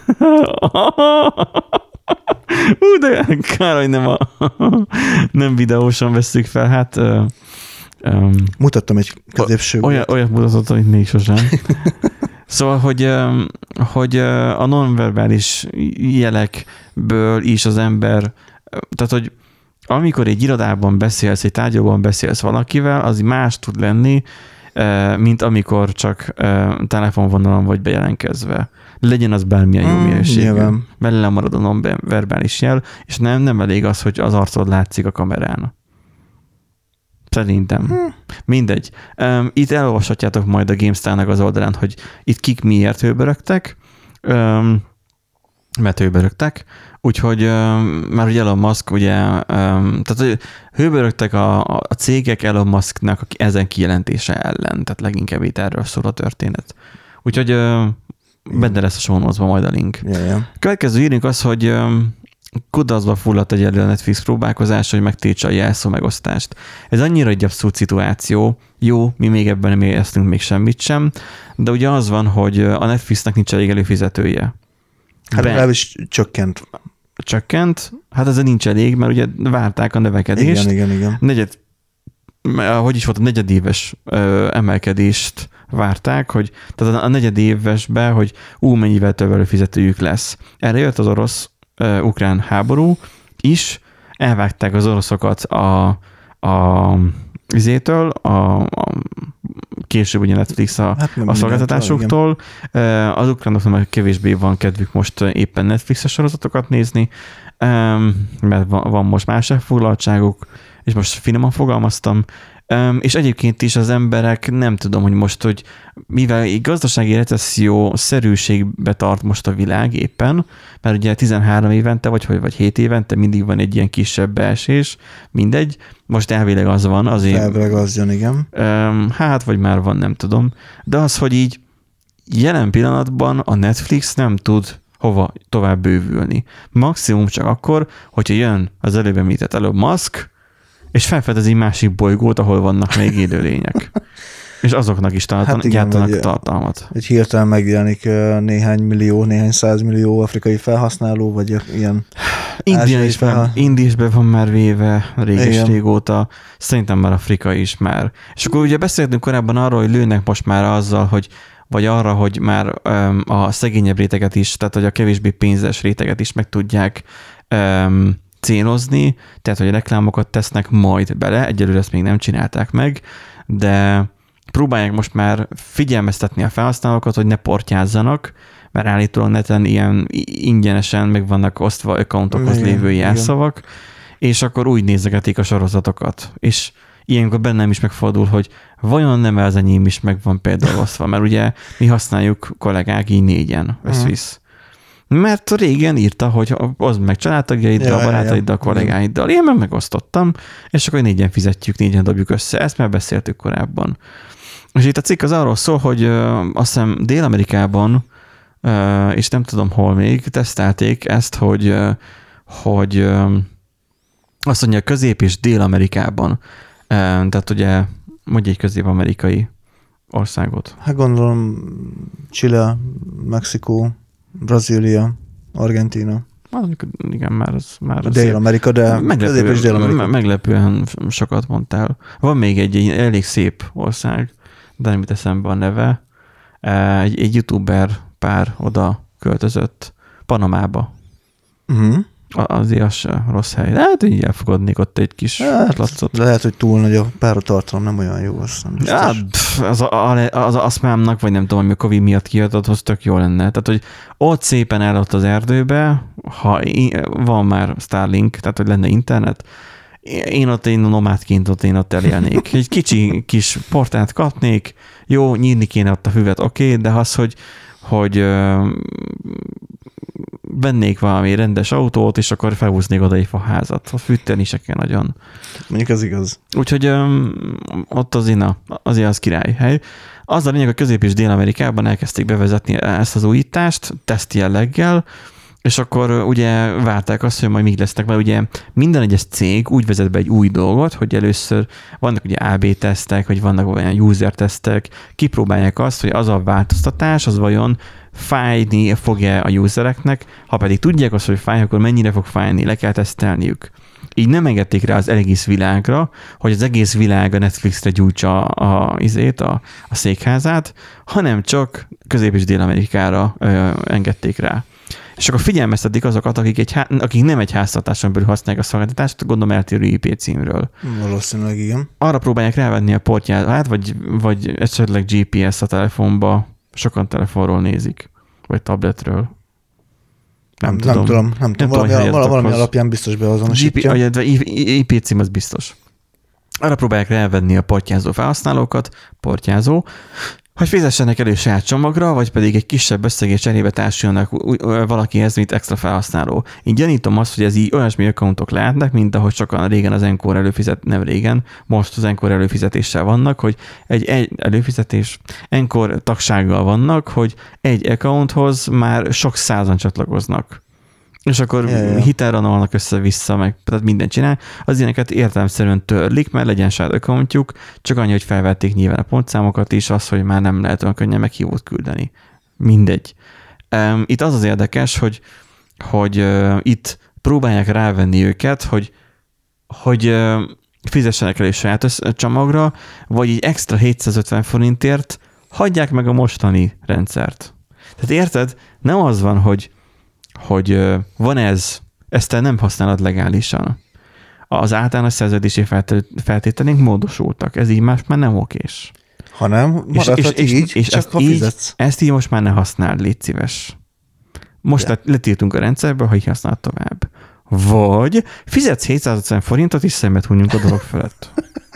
De kár, hogy nem videósan vesszük fel. Hát mutattam egy középső. Olyat mutatottam, itt még sosem. Szóval, hogy a nonverbális jelekből is az ember, tehát, hogy amikor egy irodában beszélsz, egy tárgyalóban beszélsz valakivel, az más tud lenni, mint amikor csak telefonvonalon vagy bejelentkezve. Legyen az bármilyen jó minőségű. Bele marad a nonverbális jel, és nem elég az, hogy az arcod látszik a kamerán. Szerintem. Mindegy. Itt elolvashatjátok majd a GameStar-nak az oldalán, hogy itt kik miért hőbörögtek, mert hőbörögtek, úgyhogy már ugye Elon Musk, ugye, tehát hőbörögtek a cégek Elon Musknak ezen kijelentése ellen, tehát leginkább itt erről szól a történet. Úgyhogy benne lesz a show notes-ban majd a link. Következő írunk az, hogy kudarcba fulladt egyelőre a Netflix próbálkozás, hogy megtiltsa a jelszó megosztást. Ez annyira egy abszurd szituáció. Jó, mi még ebben nem éreztünk még semmit sem, de ugye az van, hogy a Netflixnek nincs elég előfizetője. Hát legalábbis csökkent. Csökkent? Hát ez nincs elég, mert ugye várták a növekedést. Igen. Hogy is volt, a negyedéves emelkedést várták, hogy tehát a negyedévesben, hogy mennyivel több előfizetőjük lesz. Erre jött az orosz-ukrán háború is, elvágták az oroszokat a később ugye Netflix a szolgáltatásoktól. Az ukránoknak már kevésbé van kedvük most éppen Netflixes sorozatokat nézni, mert van most más elfoglaltságuk, és most finoman fogalmaztam, és egyébként is az emberek nem tudom, hogy most, hogy mivel egy gazdasági recesszió szerűségbe tart most a világ éppen, mert ugye 13 évente, vagy 7 évente mindig van egy ilyen kisebb beesés, mindegy, most elvileg az van azért. Elvileg az jön, igen. Hát, vagy már van, nem tudom. De az, hogy így jelen pillanatban a Netflix nem tud hova tovább bővülni. Maximum csak akkor, hogyha jön az előbb említett Elon Musk, és felfedezi egy másik bolygót, ahol vannak még élőlények. És azoknak is gyártanak tartalmat. Egy hirtelen megjelenik néhány százmillió afrikai felhasználó, vagy ilyen Indiásban van már véve régóta, szerintem már Afrika is már. És akkor ugye beszéltünk korábban arról, hogy lőnek most már azzal, vagy arra, hogy már a szegényebb réteget is, tehát hogy a kevésbé pénzes réteget is meg tudják célozni, tehát hogy reklámokat tesznek majd bele, egyelőre ezt még nem csinálták meg, de próbálják most már figyelmeztetni a felhasználókat, hogy ne portyázzanak, mert állítólag neten ilyen ingyenesen meg vannak osztva accountokhoz lévő jelszavak, és akkor úgy nézegetik a sorozatokat. És ilyenkor bennem is megfordul, hogy vajon nem az enyém is meg van például osztva, mert ugye mi használjuk kollégák így 4-en, összvisz. Mert régen írta, hogy oszd meg családtagjaiddal, a barátaiddal, a kollégáiddal. Én meg megosztottam, és akkor 4-en fizetjük, 4-en dobjuk össze. Ezt már beszéltük korábban. És itt a cikk az arról szól, hogy azt hiszem Dél-Amerikában, és nem tudom hol még, tesztelték ezt, hogy azt mondja, Közép- és Dél-Amerikában, tehát ugye mondj egy közép-amerikai országot. Hát gondolom Chile, Mexikó, Brazília, Argentína. Igen, már Dél-Amerika, de Közép- és Dél-Amerika. Meglepően sokat mondtál. Van még egy elég szép ország, de nem jut eszembe a neve. Egy youtuber pár oda költözött Panamába. Azért az se rossz hely. Hát így elfogadnék ott egy kis lacot. Lehet, hogy túl nagy a páratartalom, nem olyan jó. Az aszmámnak, vagy nem tudom, ami a Covid miatt kiadott, az tök jó lenne. Tehát, hogy ott szépen el ott az erdőbe, ha van már Starlink, tehát, hogy lenne internet, én nomádként ott elélnék. Egy kicsi kis portát kapnék, jó, nyírni kéne ott a füvet, oké, de az, hogy vennék valami rendes autót, és akkor felhúznék oda egy faházat. Fűteni se kell nagyon. Mondjuk ez igaz. Úgyhogy ott azért az királyhely. Az a lényeg, hogy Közép- és Dél-Amerikában elkezdték bevezetni ezt az újítást, teszt jelleggel, és akkor ugye várták azt, hogy majd még lesznek, mert ugye minden egyes cég úgy vezet be egy új dolgot, hogy először vannak ugye AB tesztek, vagy vannak olyan user tesztek, kipróbálják azt, hogy az a változtatás, az vajon fájni fog-e a usereknek, ha pedig tudják azt, hogy fáj, akkor mennyire fog fájni, le kell tesztelniük. Így nem engedték rá az egész világra, hogy az egész világ a Netflixre gyújtsa a székházát, hanem csak Közép- és Dél-Amerikára engedték rá. És akkor figyelmeztetik azokat, akik nem egy háztartáson belül használják a szolgáltatást, gondolom eltérő IP címről. Valószínűleg igen. Arra próbálják rávenni a portját, vagy esetleg GPS a telefonba. Sokan telefonról nézik, vagy tabletről. Nem tudom. Valami alapján biztos beazonosítja. IP cím az biztos. Arra próbálják rávenni a portyázó felhasználókat, hogy fizessenek elő saját csomagra, vagy pedig egy kisebb összegét cserébe társuljanak valakihez, mint extra felhasználó. Én gyanítom azt, hogy ez így olyasmi accountok lehetnek, mint ahogy sokan régen az Encore most az Encore előfizetéssel vannak, hogy egy előfizetés Encore tagsággal vannak, hogy egy accounthoz már sok százan csatlakoznak. És akkor hitelranolnak össze-vissza, meg tehát mindent csinál. Az ilyeneket értelemszerűen törlik, mert legyen saját accountjuk, csak annyi, hogy felvették nyilván a pontszámokat is, az, hogy már nem lehet olyan könnyen meghívót küldeni. Mindegy. Itt az érdekes, hogy itt próbálják rávenni őket, hogy fizessenek el egy saját csomagra, vagy egy extra 750 forintért hagyják meg a mostani rendszert. Tehát érted? Nem az van, hogy van ezt te nem használod legálisan. Az általános szerződési feltételeink módosultak. Ez így már nem okés. Hanem maradhat így, és csak ha fizetsz. Ezt így most már ne használd, légy szíves. Most letiltunk a rendszerből, ha így használod tovább. Vagy fizetsz 750 forintot, és szemet hunyunk a dolog felett.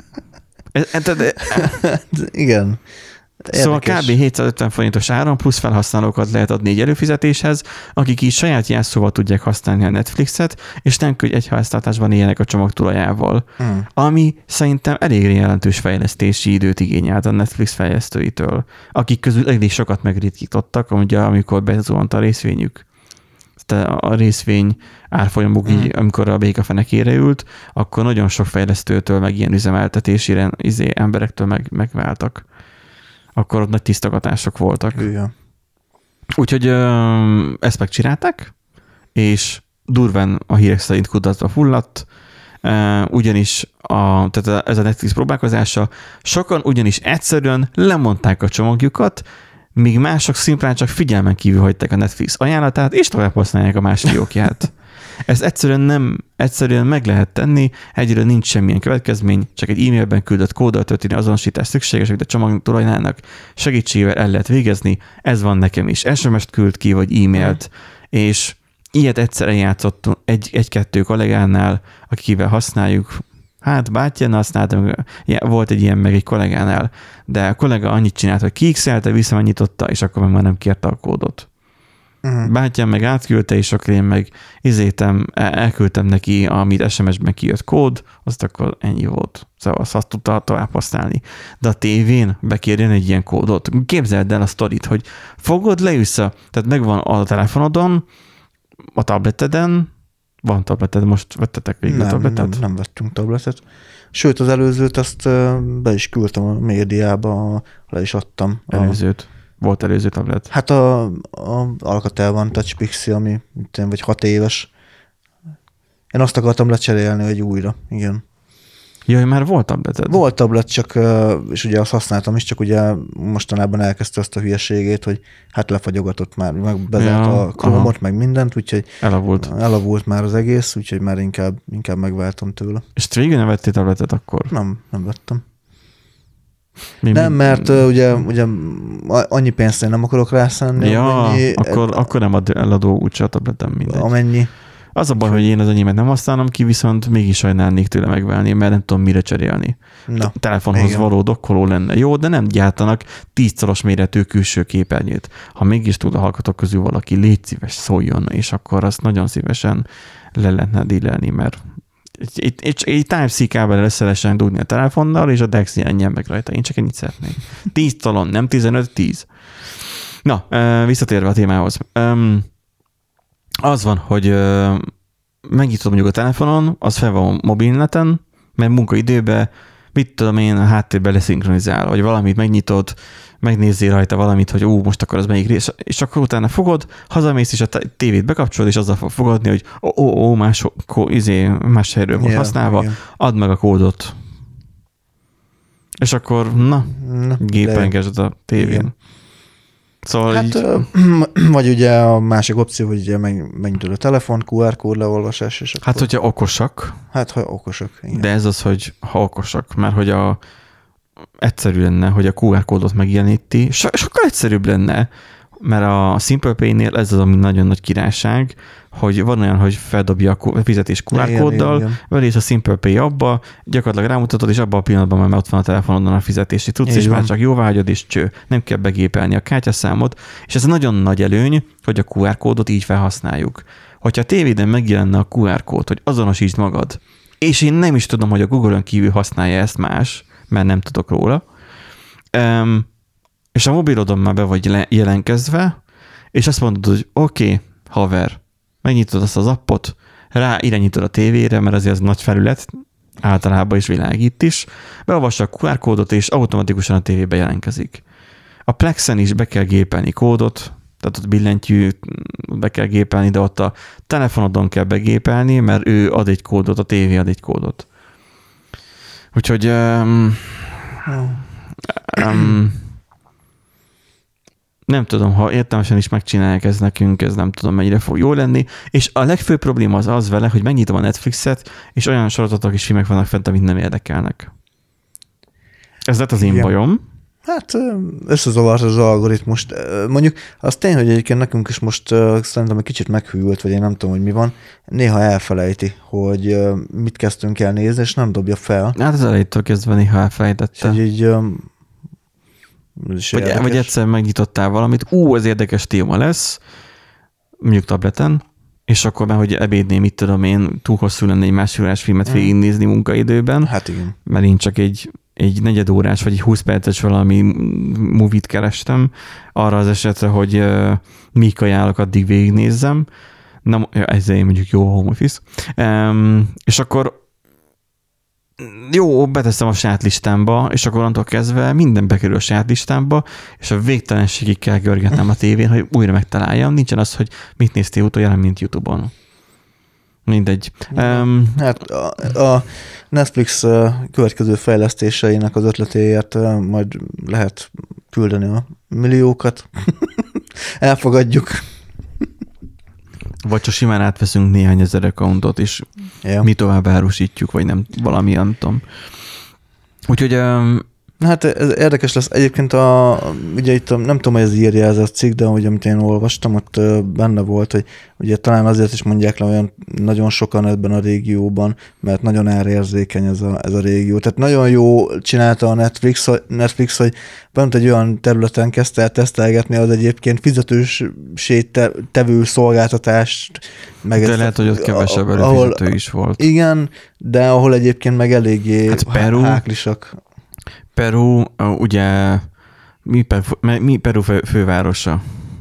Igen. Szóval kb. 750 forintos áron plusz felhasználókat lehet adni egy előfizetéshez, akik így saját jelszóval tudják használni a Netflixet, és nem kell egy háztartásban éljenek a csomag tulajával. Ami szerintem elég jelentős fejlesztési időt igényelt a Netflix fejlesztőitől, akik közül elég sokat megritkítottak, ugye, amikor bezuhant a részvényük. Tehát a részvény árfolyamuk így, amikor a béka fenekére ült, akkor nagyon sok fejlesztőtől, meg ilyen üzemeltetési emberektől megváltak. Akkor ott nagy tisztogatások voltak. Igen. Úgyhogy ezt megcsinálták, és durván a hírek szerint kudarcba fulladt, ugyanis tehát ez a Netflix próbálkozása, sokan ugyanis egyszerűen lemondták a csomagjukat, míg mások szimplán csak figyelmen kívül hagyták a Netflix ajánlatát, és tovább használják a más fiókját. Ezt egyszerűen meg lehet tenni, egyre nincs semmilyen következmény, csak egy e-mailben küldött kóddal történő azonosítás szükséges, amit a csomag tulajdonának segítségével el lehet végezni. Ez van nekem is. SMS-t küld ki, vagy e-mailt, és ilyet egyszer eljátszottunk egy-kettő kollégánál, akivel használjuk. Hát bátyjánál használtam, volt egy ilyen meg egy kollégánál, de a kollega annyit csinált, hogy kiixelte, visszamennyitotta, és akkor meg már nem kérte a kódot. Bátyám meg átküldte, és akkor én meg elküldtem neki, amit SMS-ben kijött kód, azt akkor ennyi volt. Szóval azt tudta tovább használni. De a tévén bekérjen egy ilyen kódot. Képzeld el a sztorit, hogy fogod, leülsz, tehát megvan a telefonodon, a tableteden, van tableted, most vettetek végül a tabletet? Nem vettünk tabletet. Sőt, az előzőt azt be is küldtem a médiába, le is adtam. Előzőt? Volt előző tablet? Hát a Alcatel van Touch Pixie, ami vagy 6 éves. Én azt akartam lecserélni egy újra, igen. Jaj, már volt tableted? Volt tablet, csak, és ugye azt használtam is, csak ugye mostanában elkezdte azt a hülyeségét, hogy hát lefagyogatott már, meg bezárt a Chrome-ot, meg mindent, úgyhogy elavult már az egész, úgyhogy már inkább megváltam tőle. És te végül nem vettél tabletet akkor? Nem vettem. Nem, mert ugye annyi pénzt én nem akarok rászánni. Ja, akkor nem ad eladó úgyse a tabletem, mindegy. Amennyi. Az a baj, hogy én az enyémet nem használom ki, viszont mégis sajnálnék tőle megválni, mert nem tudom mire cserélni. Na, Telefonhoz igen. való dokkoló lenne jó, de nem gyártanak 10-szoros méretű külső képernyőt. Ha mégis tud a hallgatók közül valaki, légy szíves, szóljon, és akkor azt nagyon szívesen le lehetne dílelni, mert egy Type-C kábelre leszelesen dugni a telefonnal, és a DeX jelenjen meg rajta. Én csak ennyit szeretnék. 10 talon, nem 15, 10. Na, visszatérve a témához. Az van, hogy megnyitod mondjuk a telefonon, az fel van mobilneten, mert munkaidőben, mit tudom én, a háttérben leszinkronizál, vagy valamit megnyitod, megnézzél rajta valamit, hogy most akkor az melyik rész, és akkor utána fogod, hazamész, és a tévét bekapcsolod, és azzal fog fogadni, hogy más helyről volt használva, igen. Add meg a kódot. És akkor, gépengesd a tévén. Igen. Szóval hát, így... vagy ugye a másik opció, hogy ugye megnyitod a telefon, QR kód leolvasás, és akkor... Hát, hogyha okosak. Hát, ha okosak, igen. De ez az, hogy ha okosak, mert hogy egyszerű lenne, hogy a QR kódot megjeleníti, sokkal egyszerűbb lenne, mert a Simple Pay-nél ez az, ami nagyon nagy királyság, hogy van olyan, hogy feldobja a fizetés QR kóddal, velés a Simple Pay abba, gyakorlatilag rámutatod, és abban a pillanatban már ott van a telefonodon a fizetési tudsz, és már csak jóváhagyod, és nem kell begépelni a kártyaszámot, és ez egy nagyon nagy előny, hogy a QR kódot így felhasználjuk. Hogyha a tévéden megjelenne a QR kód, hogy azonosítsd magad, és én nem is tudom, hogy a Google-ön kívül használja ezt más, mert nem tudok róla, és a mobilodon már be vagy jelenkezve, és azt mondod, hogy oké, haver, megnyitod azt az appot, rá irányítod a tévére, mert azért az nagy felület, általában is világít is, beolvassa a QR kódot, és automatikusan a tévébe jelentkezik. A Plexen is be kell gépelni kódot, tehát ott billentyűt be kell gépelni, de ott a telefonodon kell begépelni, mert ő ad egy kódot, a tévé ad egy kódot. Úgyhogy nem tudom, ha értelmesen is megcsinálják ez nekünk, ez nem tudom, mennyire fog jól lenni. És a legfőbb probléma az vele, hogy megnyitom a Netflixet, és olyan sorozatok és filmek vannak fent, amit nem érdekelnek. Ez lett az én bajom. Hát összezavart az algoritmust. Mondjuk az tény, hogy egyébként nekünk is most szerintem egy kicsit meghűlt, vagy én nem tudom, hogy mi van. Néha elfelejti, hogy mit kezdtünk el nézni, és nem dobja fel. Hát az elejétől kezdve néha elfelejtette. És így vagy egyszer megnyitottál valamit, ez érdekes téma lesz, mondjuk tableten, és akkor már, hogy ebédnél, mit tudom én, túl hosszú lenne egy másfél órás filmet végignézni munkaidőben. Hát igen. Mert én csak egy negyedórás, vagy egy 20 perces valami movie-t kerestem arra az esetre, hogy mik ajánlok, addig végignézzem. Na, ezzel én mondjuk jó home office. És akkor jó, beteszem a saját listámba, és akkor onnantól kezdve minden bekerül a saját listámba, és a végtelenségig kell görgetnem a tévén, hogy újra megtaláljam. Nincsen az, hogy mit néztél utoljára, mint YouTube-on. Mindegy. Hát a Netflix következő fejlesztéseinek az ötletéért majd lehet küldeni a milliókat. Elfogadjuk. Vagy csak simán átveszünk néhány ezer accountot, és mi tovább árusítjuk, vagy nem, valami, nem tudom. Úgyhogy... Hát ez érdekes lesz. Egyébként ugye itt nem tudom, hogy ez írja ez a cikk, de ugye, amit én olvastam, ott benne volt, hogy ugye talán azért is mondják le olyan nagyon sokan ebben a régióban, mert nagyon árérzékeny ez a régió. Tehát nagyon jó csinálta a Netflix, hogy pont egy olyan területen kezdte el tesztelgetni az egyébként fizetősé tevő szolgáltatást. Meg de lehet, hogy ott kevesebb előfizető is volt. Igen, de ahol egyébként meg eléggé háklisak. Peru, ugye, mi Peru fővárosa?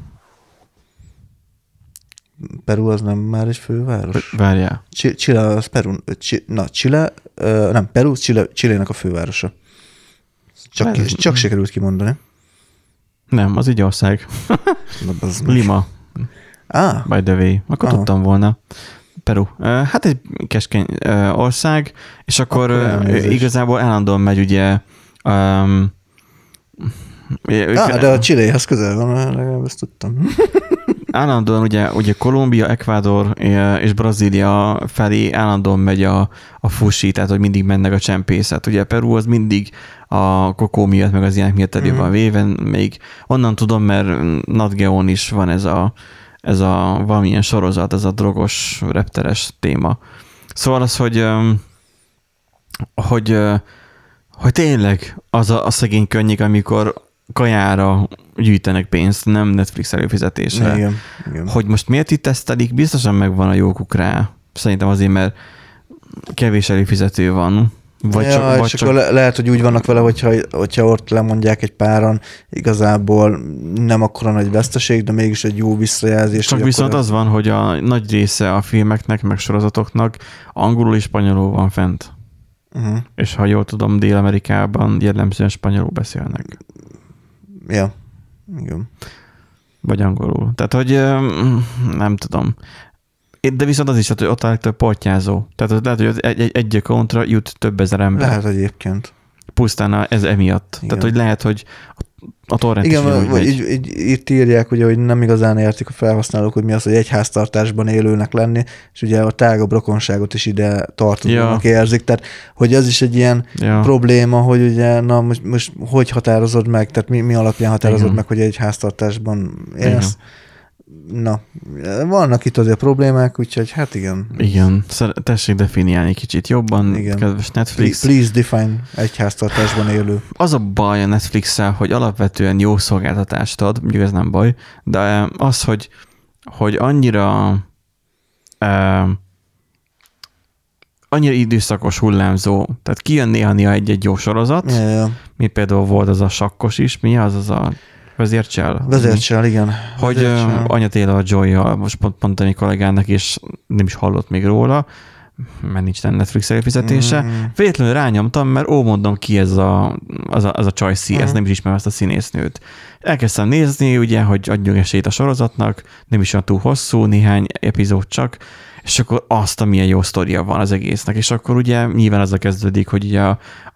Peru az nem már egy főváros? Várjál. Chile az Peru, Chile, nem, Peru, Chilének a fővárosa. Csak sikerült kimondani. Nem, az egy ország. Lima. By the way. Akkor tudtam volna. Peru. Hát egy keskeny ország, és akkor igazából állandóan megy ugye de a Chiléhez közel van, legalább ezt tudtam. Állandóan ugye Kolumbia, Ecuador és Brazília felé állandóan megy a fusi, tehát hogy mindig mennek a csempészet. Ugye Peru az mindig a kokó miatt, meg az ilyenek miatt elő van véve, még onnan tudom, mert Nat Geon is van ez ez a valamilyen sorozat, ez a drogos, repteres téma. Szóval az, hogy tényleg az a szegény könnyék, amikor kajára gyűjtenek pénzt, nem Netflix előfizetésre. Igen. Hogy most miért itt tesztelik, biztosan megvan a jókuk rá. Szerintem azért, mert kevés előfizető van. Vagy csak lehet, hogy úgy vannak vele, hogyha ott lemondják egy páran, igazából nem akkora nagy veszteség, de mégis egy jó visszajelzés. Csak viszont az van, hogy a nagy része a filmeknek, meg sorozatoknak angolul és spanyolul van fent. Uh-huh. És ha jól tudom, Dél-Amerikában jellemzően spanyolul beszélnek. Ja, igen. Vagy angolul. Tehát, hogy nem tudom. De viszont az is, hogy ott a legtöbb portyázó. Tehát lehet, hogy egy accountra jut több ezer ember. Lehet egyébként. Pusztán ez emiatt. Igen. Tehát, hogy lehet, hogy a torrent igen, is itt írják, ugye, hogy nem igazán értik a felhasználók, hogy mi az, hogy egy háztartásban élőnek lenni, és ugye a tágabb rokonságot is ide tartozónak érzik. Tehát, hogy ez is egy ilyen probléma, hogy ugye, na most hogy határozod meg, tehát mi alapján határozod meg, hogy egy háztartásban élsz. Na, vannak itt azért problémák, úgyhogy hát igen. Igen, tessék definiálni kicsit jobban, igen. Kedves Netflix. Please define egy háztartásban élő. Az a baj a Netflix-szel, hogy alapvetően jó szolgáltatást ad, mondjuk ez nem baj, de az, hogy annyira időszakos hullámzó, tehát kijön néha egy jó sorozat, mint például volt az a sakkos is, mi az a Vezércsel, igen. Hogy Anya Taylor-Joy-jal, most pont a kollégának, és nem is hallott még róla, mert nincs Netflix előfizetése. Véletlenül rányomtam, mert mondom ki ez a Csajci, ezt nem is ismerem ezt a színésznőt. Elkezdtem nézni, ugye, hogy adjunk esélyt a sorozatnak, nem is olyan túl hosszú, néhány epizód csak, és akkor azt, amilyen jó sztoria van az egésznek, és akkor ugye nyilván azzal kezdődik, hogy ugye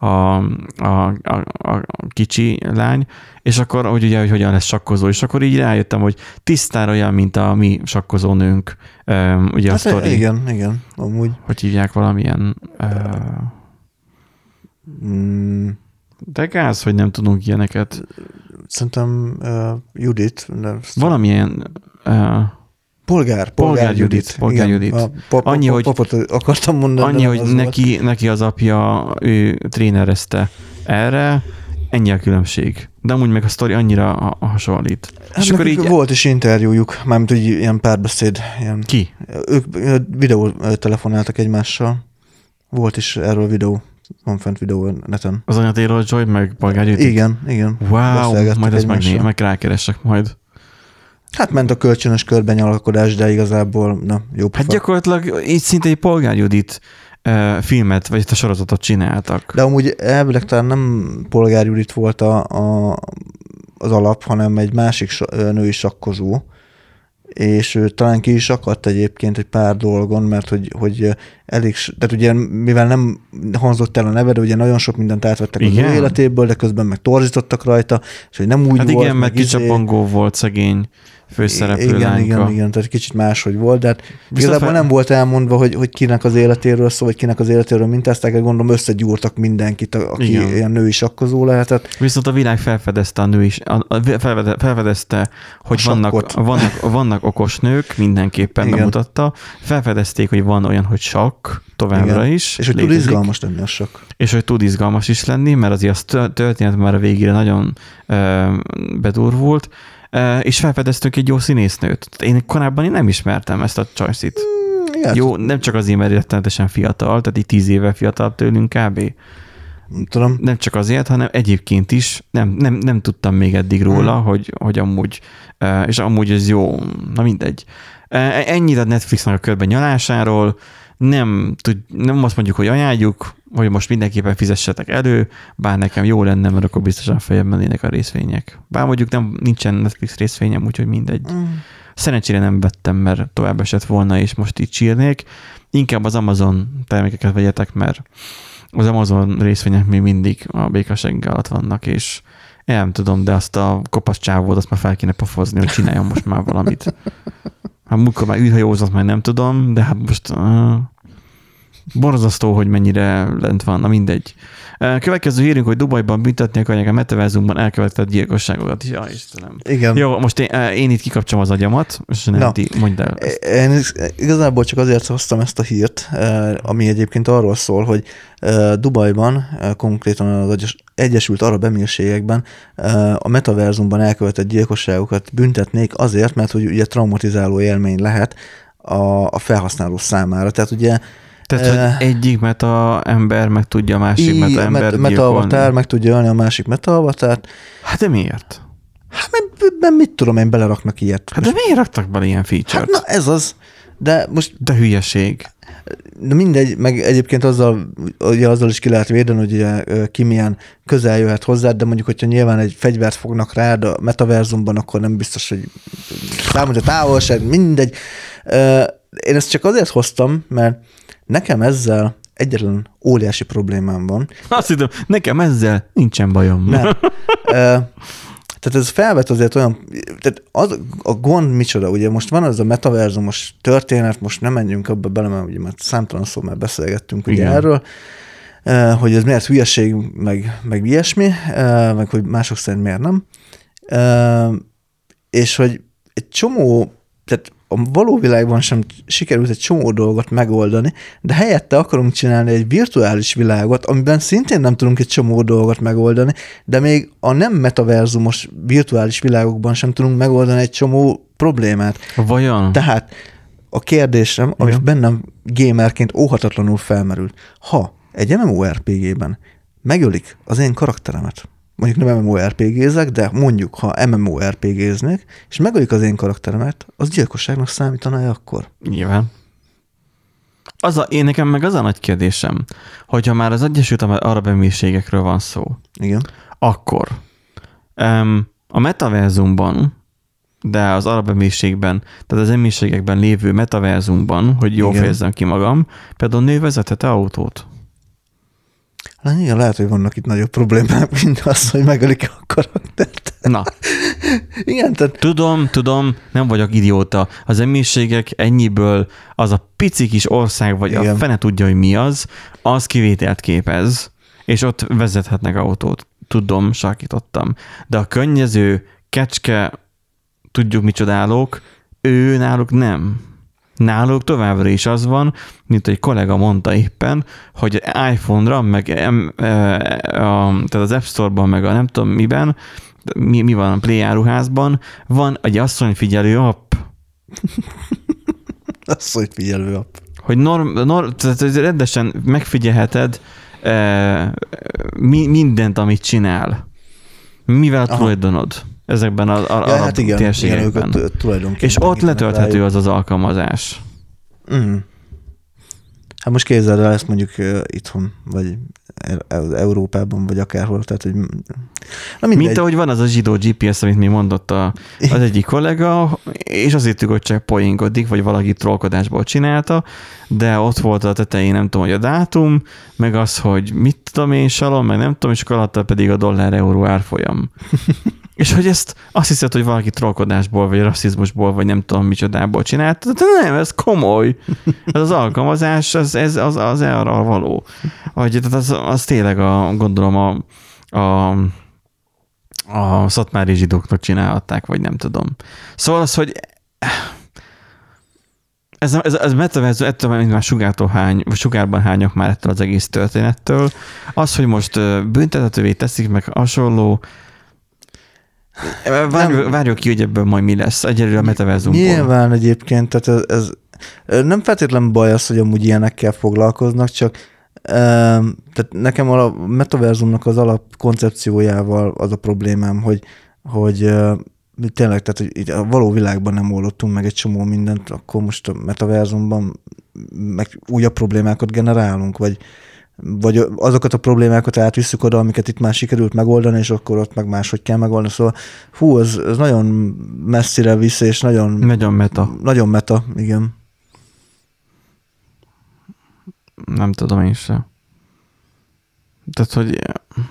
a kicsi lány, és akkor hogy ugye, hogy hogyan lesz sakkozó, és akkor így rájöttem, hogy tisztára olyan, mint a mi sakkozónőnk, ugye hát a sztori. Igen, amúgy. Hogy hívják valamilyen... De gáz, hogy nem tudunk ilyeneket. Szerintem Judit. Valamilyen... Polgár Judit. Annyi, hogy papot akartam mondani. Annyi, hogy neki az apja, ő trénerezte erre, ennyi a különbség. De amúgy meg a sztori annyira hasonlít. Hát és akkor így... Volt is interjújuk, mármint úgy ilyen párbeszéd. Ilyen... Ki? Ők videó telefonáltak egymással. Volt is erről videó. Van fent videó neten. Az Anya Taylor-Joy meg Polgár Judit? Igen. Wow, majd ezt meg rákeresek majd. Hát ment a kölcsönös körbenyalkodás, de igazából jó pofa. Hát gyakorlatilag így szinte egy Polgár Judit filmet, vagy a sorozatot csináltak. De amúgy elvileg talán nem Polgár Judit volt az alap, hanem egy másik női sakkozó, és ő talán ki is akadt egyébként egy pár dolgon, mert hogy elég, tehát ugye mivel nem hangzott el a neve, de ugye nagyon sok mindent átvettek az ő életéből, de közben meg torzítottak rajta, és hogy nem úgy hát volt. Igen, meg kicsapongó volt szegény főszereplő lányka. Igen, tehát kicsit máshogy volt, de hát igazából nem volt elmondva, hogy kinek az életéről szól, vagy kinek az életéről mintázták, gondolom összegyúrtak mindenkit, aki ilyen női sakkozó lehetett. Viszont a világ felfedezte felfedezte, hogy vannak okos nők, mindenképpen bemutatta. Felfedezték, hogy van olyan, hogy sakk továbbra is. És hogy tud izgalmas lenni a sakk. És hogy tud izgalmas is lenni, mert azért a történet már a végére nagyon bedurvult. És felfedeztünk egy jó színésznőt. Én korábban nem ismertem ezt a Csajcit. Jó, nem csak azért, mert rettenetesen fiatal, tehát így 10 éve fiatalabb tőlünk kb. Tudom. Nem csak azért, hanem egyébként is nem tudtam még eddig róla, hogy amúgy, és amúgy ez jó, na mindegy. Ennyit a Netflixnek a körben nyalásáról, nem azt mondjuk, hogy ajánljuk, hogy most mindenképpen fizessetek elő, bár nekem jó lenne, mert akkor biztosan feljebb mennének a részvények. Bár mondjuk nincsen Netflix részvényem, úgyhogy mindegy. Szerencsére nem vettem, mert tovább esett volna, és most így csírnék. Inkább az Amazon termékeket vegyetek, mert az Amazon részvények még mindig a békasegg alatt vannak, és nem tudom, de azt a kopasz csávót, azt már fel kéne pofozni, hogy csináljon most már valamit. Hát múltkor már űrhajózott, már nem tudom, de hát most... Borzasztó, hogy mennyire lent van, na mindegy. Következő hírünk, hogy Dubajban büntetni akarják a metaverzumban elkövetett gyilkosságokat. Ja, Istenem. Igen. Jó, most én itt kikapcsolom az agyamat, és nem ti mondd el. Én igazából csak azért hoztam ezt a hírt, ami egyébként arról szól, hogy Dubajban, konkrétan az Egyesült Arab Emírségekben a metaverzumban elkövetett gyilkosságokat büntetnék azért, mert hogy ugye traumatizáló élmény lehet a felhasználó számára. Tehát ugye Tehát, hogy egyik meta ember meg tudja a másik meta ember meta-avatar meg tudja ölni a másik meta-avatárt. Hát de miért? Hát mert mit tudom én, beleraknak ilyet. Hát de miért raktak bele ilyen feature-t? Hát na ez az. De most... De hülyeség. De mindegy, meg egyébként azzal is ki lehet védeni, hogy ugye ki milyen közel jöhet hozzá, de mondjuk, hogyha nyilván egy fegyvert fognak rád a metaverzumban, akkor nem biztos, hogy számodra távolság, mindegy. Én ezt csak azért hoztam, mert nekem ezzel egyetlen óriási problémám van. Azt hiszem, nekem ezzel nincsen bajom. Nem. Tehát ez felvet azért olyan, tehát az, a gond micsoda, ugye most van az a metaverzumos történet, most nem menjünk abba bele, mert ugye már számtalan szó már beszélgettünk ugye erről, hogy ez miért hülyeség, meg ilyesmi, meg hogy mások szerint miért nem. És hogy egy csomó, tehát a való világban sem sikerült egy csomó dolgot megoldani, de helyette akarunk csinálni egy virtuális világot, amiben szintén nem tudunk egy csomó dolgot megoldani, de még a nem metaverzumos virtuális világokban sem tudunk megoldani egy csomó problémát. Vajon? Tehát a kérdésem, ami bennem gamerként óhatatlanul felmerült, ha egy MMORPG-ben megölik az én karakteremet, mondjuk nem MMORPG-zek, de mondjuk, ha MMORPG-znék, és megölik az én karakteremet, az gyilkosságnak számítana-e akkor? Nyilván. Nekem meg az a nagy kérdésem, hogyha már az Egyesült Arab Emírségekről van szó, igen, akkor a metaverzumban, de az Arab Emírségben, tehát az emírségekben lévő metaverzumban, hogy jól fejezzem ki magam, például nő vezethet-e autót? Hát igen, lehet, hogy vannak itt nagyobb problémák, mint az, hogy megölik a karaktert. Na. Igen, tehát... Tudom, nem vagyok idióta. Az emírségek ennyiből az a pici kis ország, vagy igen, a fene tudja, hogy mi az kivételt képez, és ott vezethetnek autót. Tudom, sarkítottam. De a környező kecske, tudjuk micsodálók, ő náluk nem. Náluk továbbra is az van, mint egy kollega mondta éppen, hogy iPhone-ra, meg tehát az App Store-ban, meg a nem tudom miben, mi van a Play áruházban, van egy asszonyfigyelő app. Asszonyfigyelő app. Hogy tehát rendesen megfigyelheted mindent, amit csinál. Mivel a tulajdonod ezekben a térségekben. És ott letölthető az alkalmazás. Hát most képzeld el ezt mondjuk itthon, vagy Európában, vagy akárhol. Tehát, hogy... Mint ahogy van az a zsidó GPS, amit még mondott az egyik kollega, és azért hogy csak poénkodik, vagy valaki trollkodásból csinálta, de ott volt a tetején, nem tudom, hogy a dátum, meg az, hogy mit tudom én, salom, meg nem tudom, és akkor alatta pedig a dollár-euró árfolyam. És hogy ezt azt hiszed, hogy valaki trollkodásból, vagy rasszizmusból, vagy nem tudom micsodából csinált, de nem, ez komoly. Ez az alkalmazás, az arra való. Vagy az tényleg gondolom a szatmári zsidóknak csinálhatták, vagy nem tudom. Szóval az, hogy ez metaverzum, ettől már sugárban hányok már ettől az egész történettől. Az, hogy most büntethetővé teszik, meg hasonló, várjuk ki, hogy ebből majd mi lesz. Egyelőre a metaverzumból. Nyilván egyébként, tehát ez nem feltétlen baj az, hogy amúgy ilyenekkel foglalkoznak, csak tehát nekem a metaverzumnak az alapkoncepciójával az a problémám, hogy tényleg, tehát hogy a való világban nem oldottunk meg egy csomó mindent, akkor most a metaverzumban meg újabb problémákat generálunk, vagy azokat a problémákat átvisszük oda, amiket itt már sikerült megoldani, és akkor ott meg máshogy kell megoldani. Szóval ez nagyon messzire visz, és nagyon meta. Nagyon meta, igen. Nem tudom én sem. Tehát, hogy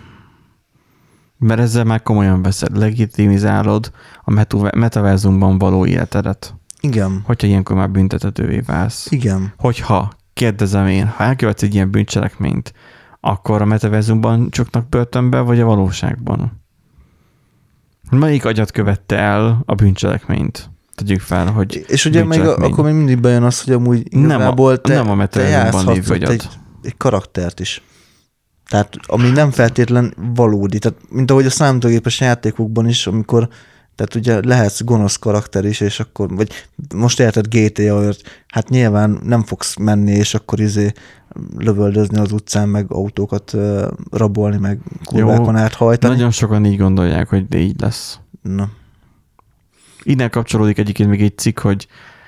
mert ezzel már komolyan veszed, legitimizálod a metaverzumban való életedet. Igen. Hogyha ilyenkor már büntethetővé válsz. Igen. Hogyha kérdezem én, ha elkövetsz egy ilyen bűncselekményt, akkor a metaverzumban csuknak börtönbe, vagy a valóságban? Melyik agyat követte el a bűncselekményt? Tegyük fel, hogy és ugye akkor még mindig bejön az, hogy amúgy igazából nem a metaverzumban lévő agyat. Egy karaktert is. Tehát ami nem feltétlen valódi. Tehát, mint ahogy a számítógépes játékokban is, amikor tehát ugye lehetsz gonosz karakter is, és akkor, vagy most érted GTA 5, hát nyilván nem fogsz menni, és akkor lövöldözni az utcán, meg autókat rabolni, meg kurvákon áthajtani. Nagyon sokan így gondolják, hogy így lesz. Na. Innen kapcsolódik egyébként még egy cikk, hogy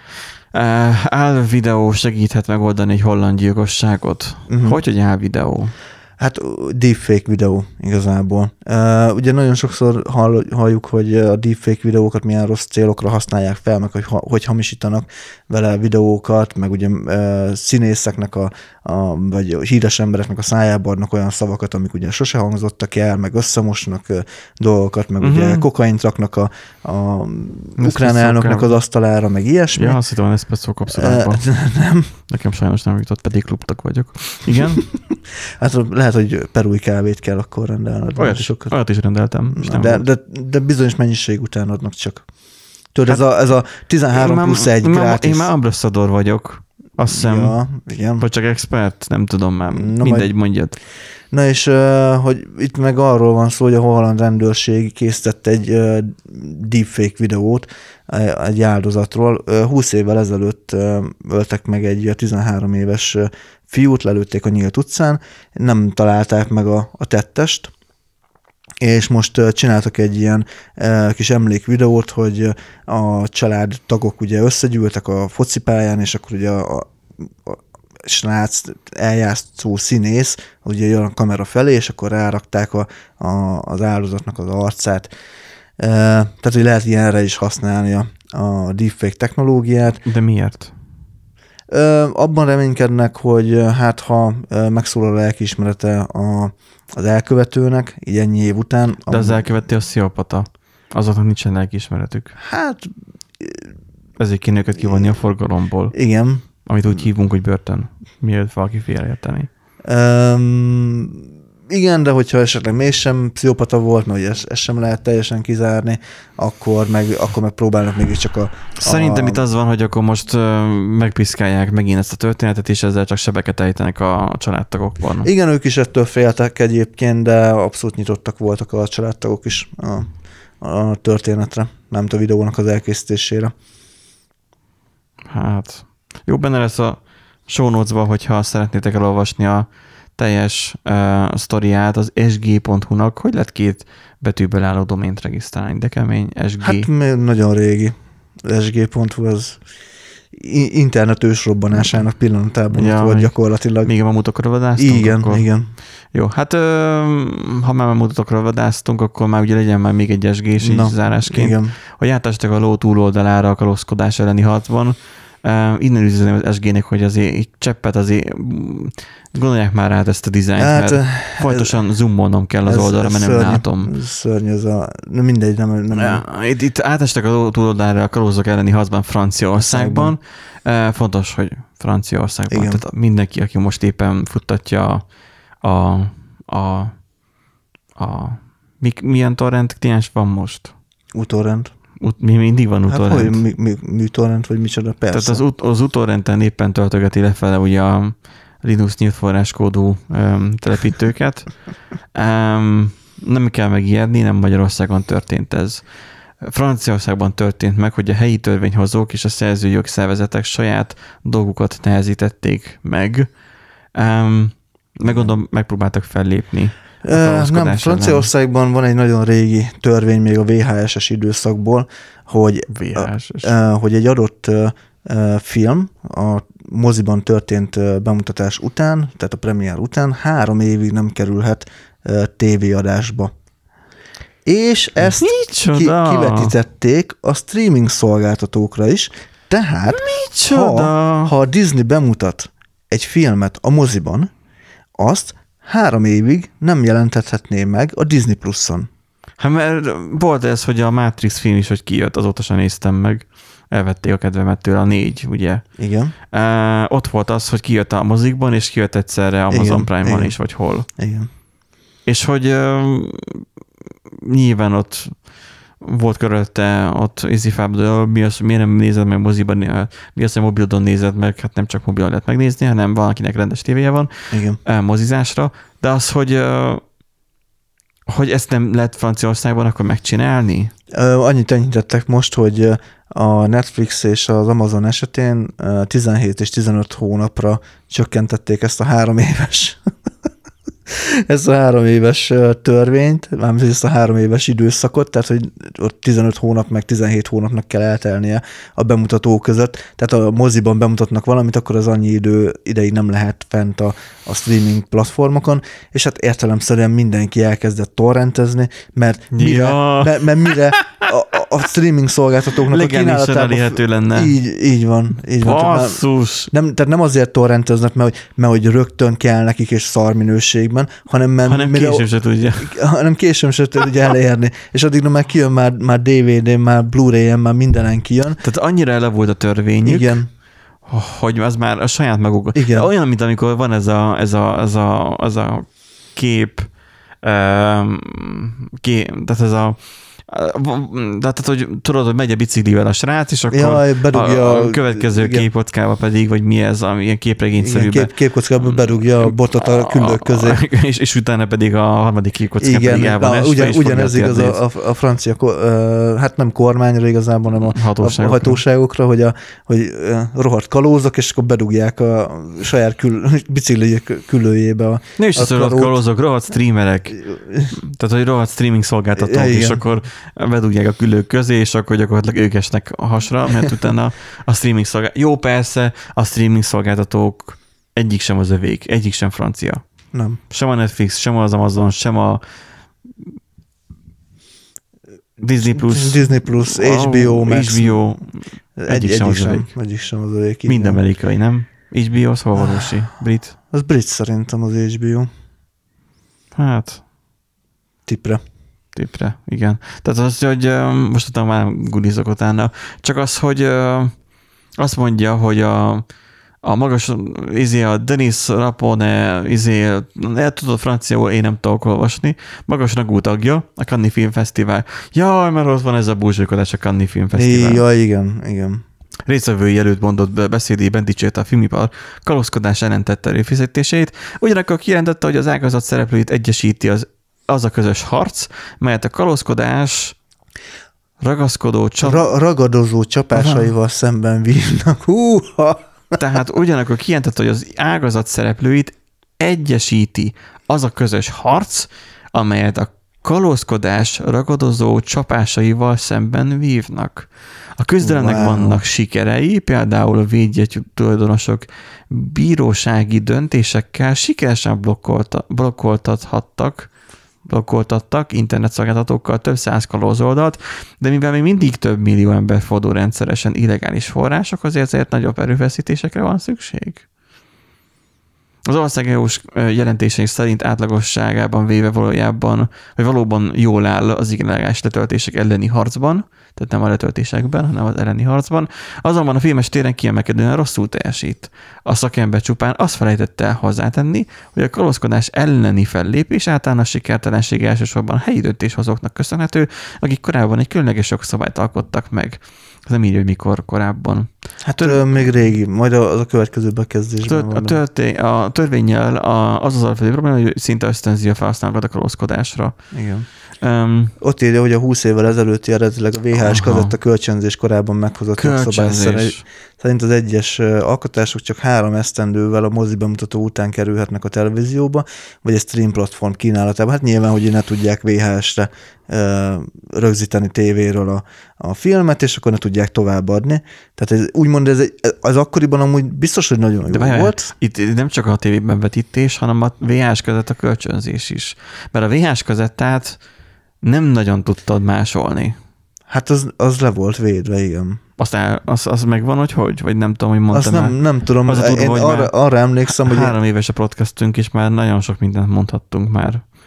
álvideó segíthet megoldani egy holland gyilkosságot. Hogy álvideó? Hát deepfake videó igazából. Ugye nagyon sokszor halljuk, hogy a deepfake videókat milyen rossz célokra használják fel, meg hogy hamisítanak vele videókat, meg ugye színészeknek vagy híres embereknek a szájába adnak olyan szavakat, amik ugye sose hangzottak el, meg összemosnak dolgokat, meg ugye kokaint raknak a ukrán elnöknek az asztalára, meg ilyesmi. Ja, azt hittem, hogy Nespresso kapszulában. Nem. Nekem sajnos nem jutott, pedig klubtak vagyok. Igen? Hát lehet, hogy perui kávét kell akkor rendelned. Olyat is rendeltem. De bizonyos mennyiség után adnak csak. Tudod, hát, ez a 13 plusz 1 grátis. Én már ambassador vagyok. Azt hiszem. Ja, igen. Vagy csak expert, nem tudom már. Mindegy, mondjad. Na és hogy itt meg arról van szó, hogy a holland rendőrség készített egy deepfake videót egy áldozatról. 20 évvel ezelőtt öltek meg egy 13 éves fiút, lelőtték a nyílt utcán, nem találták meg a tettest, és most csináltak egy ilyen kis emlékvideót, hogy a családtagok ugye összegyűltek a focipályán, és akkor ugye a srác, eljátszó színész, ugye jön a kamera felé, és akkor rárakták az áldozatnak az arcát. Tehát, hogy lehet ilyenre is használni a deepfake technológiát. De miért? Abban reménykednek, hogy hát ha megszólal a lelkiismerete az elkövetőnek, így ennyi év után. De az elkövető a pszichopata. Azoknak nincsen lelkiismeretük. Hát... Ezért kéne őket kivonni a forgalomból. Igen. Amit úgy hívunk, hogy börtön. Mielőtt valaki félreérteni. Igen, de hogyha esetleg mégsem pszichopata volt, mert ezt sem lehet teljesen kizárni, akkor meg próbálnak mégiscsak Szerintem itt az van, hogy akkor most megpiszkálják megint ezt a történetet, és ezzel csak sebeket ejtenek a családtagokban. Igen, ők is ettől féltek egyébként, de abszolút nyitottak voltak a családtagok is a történetre, nem a videónak az elkészítésére. Hát, jó benne lesz a show notes-ba, hogyha szeretnétek elolvasni a teljes sztoriát az sg.hu-nak. Hogy lehet 2 betűből álló domént regisztrálni? De kemény, SG. Hát nagyon régi. sg.hu az internet ősrobbanásának pillanatában volt gyakorlatilag. Még a mamutokra vadásztunk? Igen. Jó, hát ha már mamutokra vadásztunk, akkor már ugye legyen már még egy SG-s így zárásként. Igen. Hogy átestek a ló túloldalára a kalózkodás elleni harcban. Innen üzenem az SG-nek, hogy azért egy cseppet azért gondolják már át ezt a dizájnt, hát, mert folytosan zoomolnom kell az oldalra, mert nem látom. Szörnyű ez mindegy, nem. Itt átestek a túloldalára a kalózok elleni harcban Franciaországban. Fontos, hogy Franciaországban. Igen. Tehát mindenki, aki most éppen futtatja milyen torrent kliens van most? Utorrent. Mindig van utorrent. Hát műtorrent, vagy micsoda, persze. Tehát az utorrenten éppen töltögeti lefele ugye a Linux nyílt forráskódú telepítőket. Nem kell megijedni, nem Magyarországon történt ez. Franciaországban történt meg, hogy a helyi törvényhozók és a szerzői jogszervezetek saját dolgukat nehezítették meg. Meggondolom, megpróbáltak fellépni. Nem, Franciaországban van egy nagyon régi törvény még a VHS-es időszakból, hogy egy adott film a moziban történt bemutatás után, tehát a premier után 3 évig nem kerülhet tévéadásba. És ezt kivetítették a streaming szolgáltatókra is, tehát ha a Disney bemutat egy filmet a moziban, azt 3 évig nem jelentethetné meg a Disney Plus-on. Hát mert volt ez, hogy a Matrix film is, hogy kijött, azóta sem néztem meg. elvették a kedvemet tőle, a 4, ugye? Igen. Ott volt az, hogy kijött a mozikban, és kijött egyszerre Amazon Prime-on is, vagy hol. Igen. És hogy nyilván volt körülötte ott EasyFab, miért nem nézed meg moziban, mi az, hogy mobilodon nézed meg, hát nem csak mobilon lehet megnézni, hanem valakinek rendes tévéje van. Igen. Mozizásra, de az, hogy ezt nem lehet Franciaországban akkor megcsinálni? Annyit enyhítettek most, hogy a Netflix és az Amazon esetén 17 és 15 hónapra csökkentették ezt a 3 éves ezt a 3 éves törvényt, mármint ezt a 3 éves időszakot, tehát hogy ott 15 hónap meg 17 hónapnak kell eltelnie a bemutató között, tehát a moziban bemutatnak valamit, akkor az annyi ideig nem lehet fent a streaming platformokon, és hát értelemszerűen mindenki elkezdett torrentezni, mert mire a streaming szolgáltatóknak a kínálatában... elérhető lenne. Így van. Basszus! Tehát nem azért torrenteznek, mert hogy rögtön kell nekik és szarminőségben, hanem később se tudja. Hanem később se tudja elérni. És addig már kijön, már DVD-n, már Blu-ray-en, már mindenen kijön. Tehát annyira ele volt a törvényük, igen, hogy az már a saját maguk. Igen. Olyan, mint amikor van ez a kép, tehát ez a tehát, hogy tudod, hogy megy a biciklivel a srác, és akkor a következő képkockába pedig, vagy mi ez, ilyen képregényszerűben. Képkockába berúgja a botot a küllők közé. És utána pedig a harmadik képkocká pedig el van esve, ugyanez igaz a francia, hát nem kormányra igazából, hanem a hatóságokra, hogy rohadt kalózok, és akkor berúgják a saját bicikli küllőjébe. Nem is az rohadt kalózok, rohadt streamerek. Tehát, hogy rohadt streaming szolgáltatók, és akkor bedugják a küllők közé, és akkor gyakorlatilag ők esnek a hasra, mert utána a streaming szolgáltatók... Jó, persze, a streaming szolgáltatók egyik sem az övék, egyik sem francia. Nem. Sem a Netflix, sem az Amazon, sem a Disney Plus, HBO Max. HBO, egyik sem az övék. Egyik sem az övék. Mind amerikai, nem? HBO, az hol valósi? Brit? Az brit szerintem az HBO. Hát... Tipre, igen. Tehát az, hogy most utána már gulizok utána, csak az, hogy azt mondja, hogy a magas, a Denis Rapone, tudod franciául, én nem tudok olvasni, magas rangú tagja, a Cannes Film Fesztivál. Jaj, mert ott van ez a búzsőkodás a Cannes Film Fesztivál. Ja, igen. Résztvevői előtt mondott beszédében dicsérte a filmipar kalózkodás ellen tett erőfeszítését, ugyanakkor kijelentette, hogy az ágazat szereplőit egyesíti az a közös harc, melyet a kalózkodás ragadozó csapásaival szemben vívnak. Húha! Tehát ugyanakkor kijelentette, hogy az ágazat szereplőit egyesíti az a közös harc, amelyet a kalózkodás ragadozó csapásaival szemben vívnak. A küzdelemnek vannak sikerei, például a védjegy tulajdonosok bírósági döntésekkel sikeresen blokkoltattak internetszolgáltatókkal több 100 kalózoldalt, de mivel még mindig több millió ember fordul rendszeresen illegális forrásokhoz, ezért nagyobb erőfeszítésekre van szükség. Az ország EU-s jelentései szerint átlagosságában véve valóban jól áll az illegális letöltések elleni harcban, tehát nem a letöltésekben, hanem az elleni harcban. Azonban a filmes téren kiemelkedően rosszul teljesít. A szakember csupán azt felejtette el hozzátenni, hogy a kalózkodás elleni fellépés általános sikertelenség elsősorban helyi döntéshozóknak köszönhető, akik korábban egy különleges jogszabályt alkottak meg. Ez nem így, hogy mikor korábban. Hát még régi, majd az a következő bekezdésben a törvénnyel az alapvető probléma, hogy szinte ösztönzi a felhasználókat a kalózkodásra. Igen. Ott írja, hogy a 20 évvel ezelőtti eredetileg a VHS kazetta kölcsönzés korábban meghozott jogszabály szerint az egyes alkotások csak 3 esztendővel a mozi bemutató után kerülhetnek a televízióba, vagy a stream platform kínálatába. Hát nyilván, hogy ne tudják VHS-re rögzíteni tévéről a filmet, és akkor ne tudják továbbadni. Tehát úgymond az akkoriban amúgy biztos, hogy nagyon jó volt. Itt nem csak a tévében vetítés, hanem a VHS kazetta kölcsönzés is. Mert a VHS kazettát nem nagyon tudtad másolni. Hát az le volt védve, igen. Az megvan, hogy? Vagy nem tudom, hogy mondtam. Azt nem tudom. Én arra emlékszem, hogy... 3 éves a podcastünk, és már nagyon sok mindent mondhattunk már.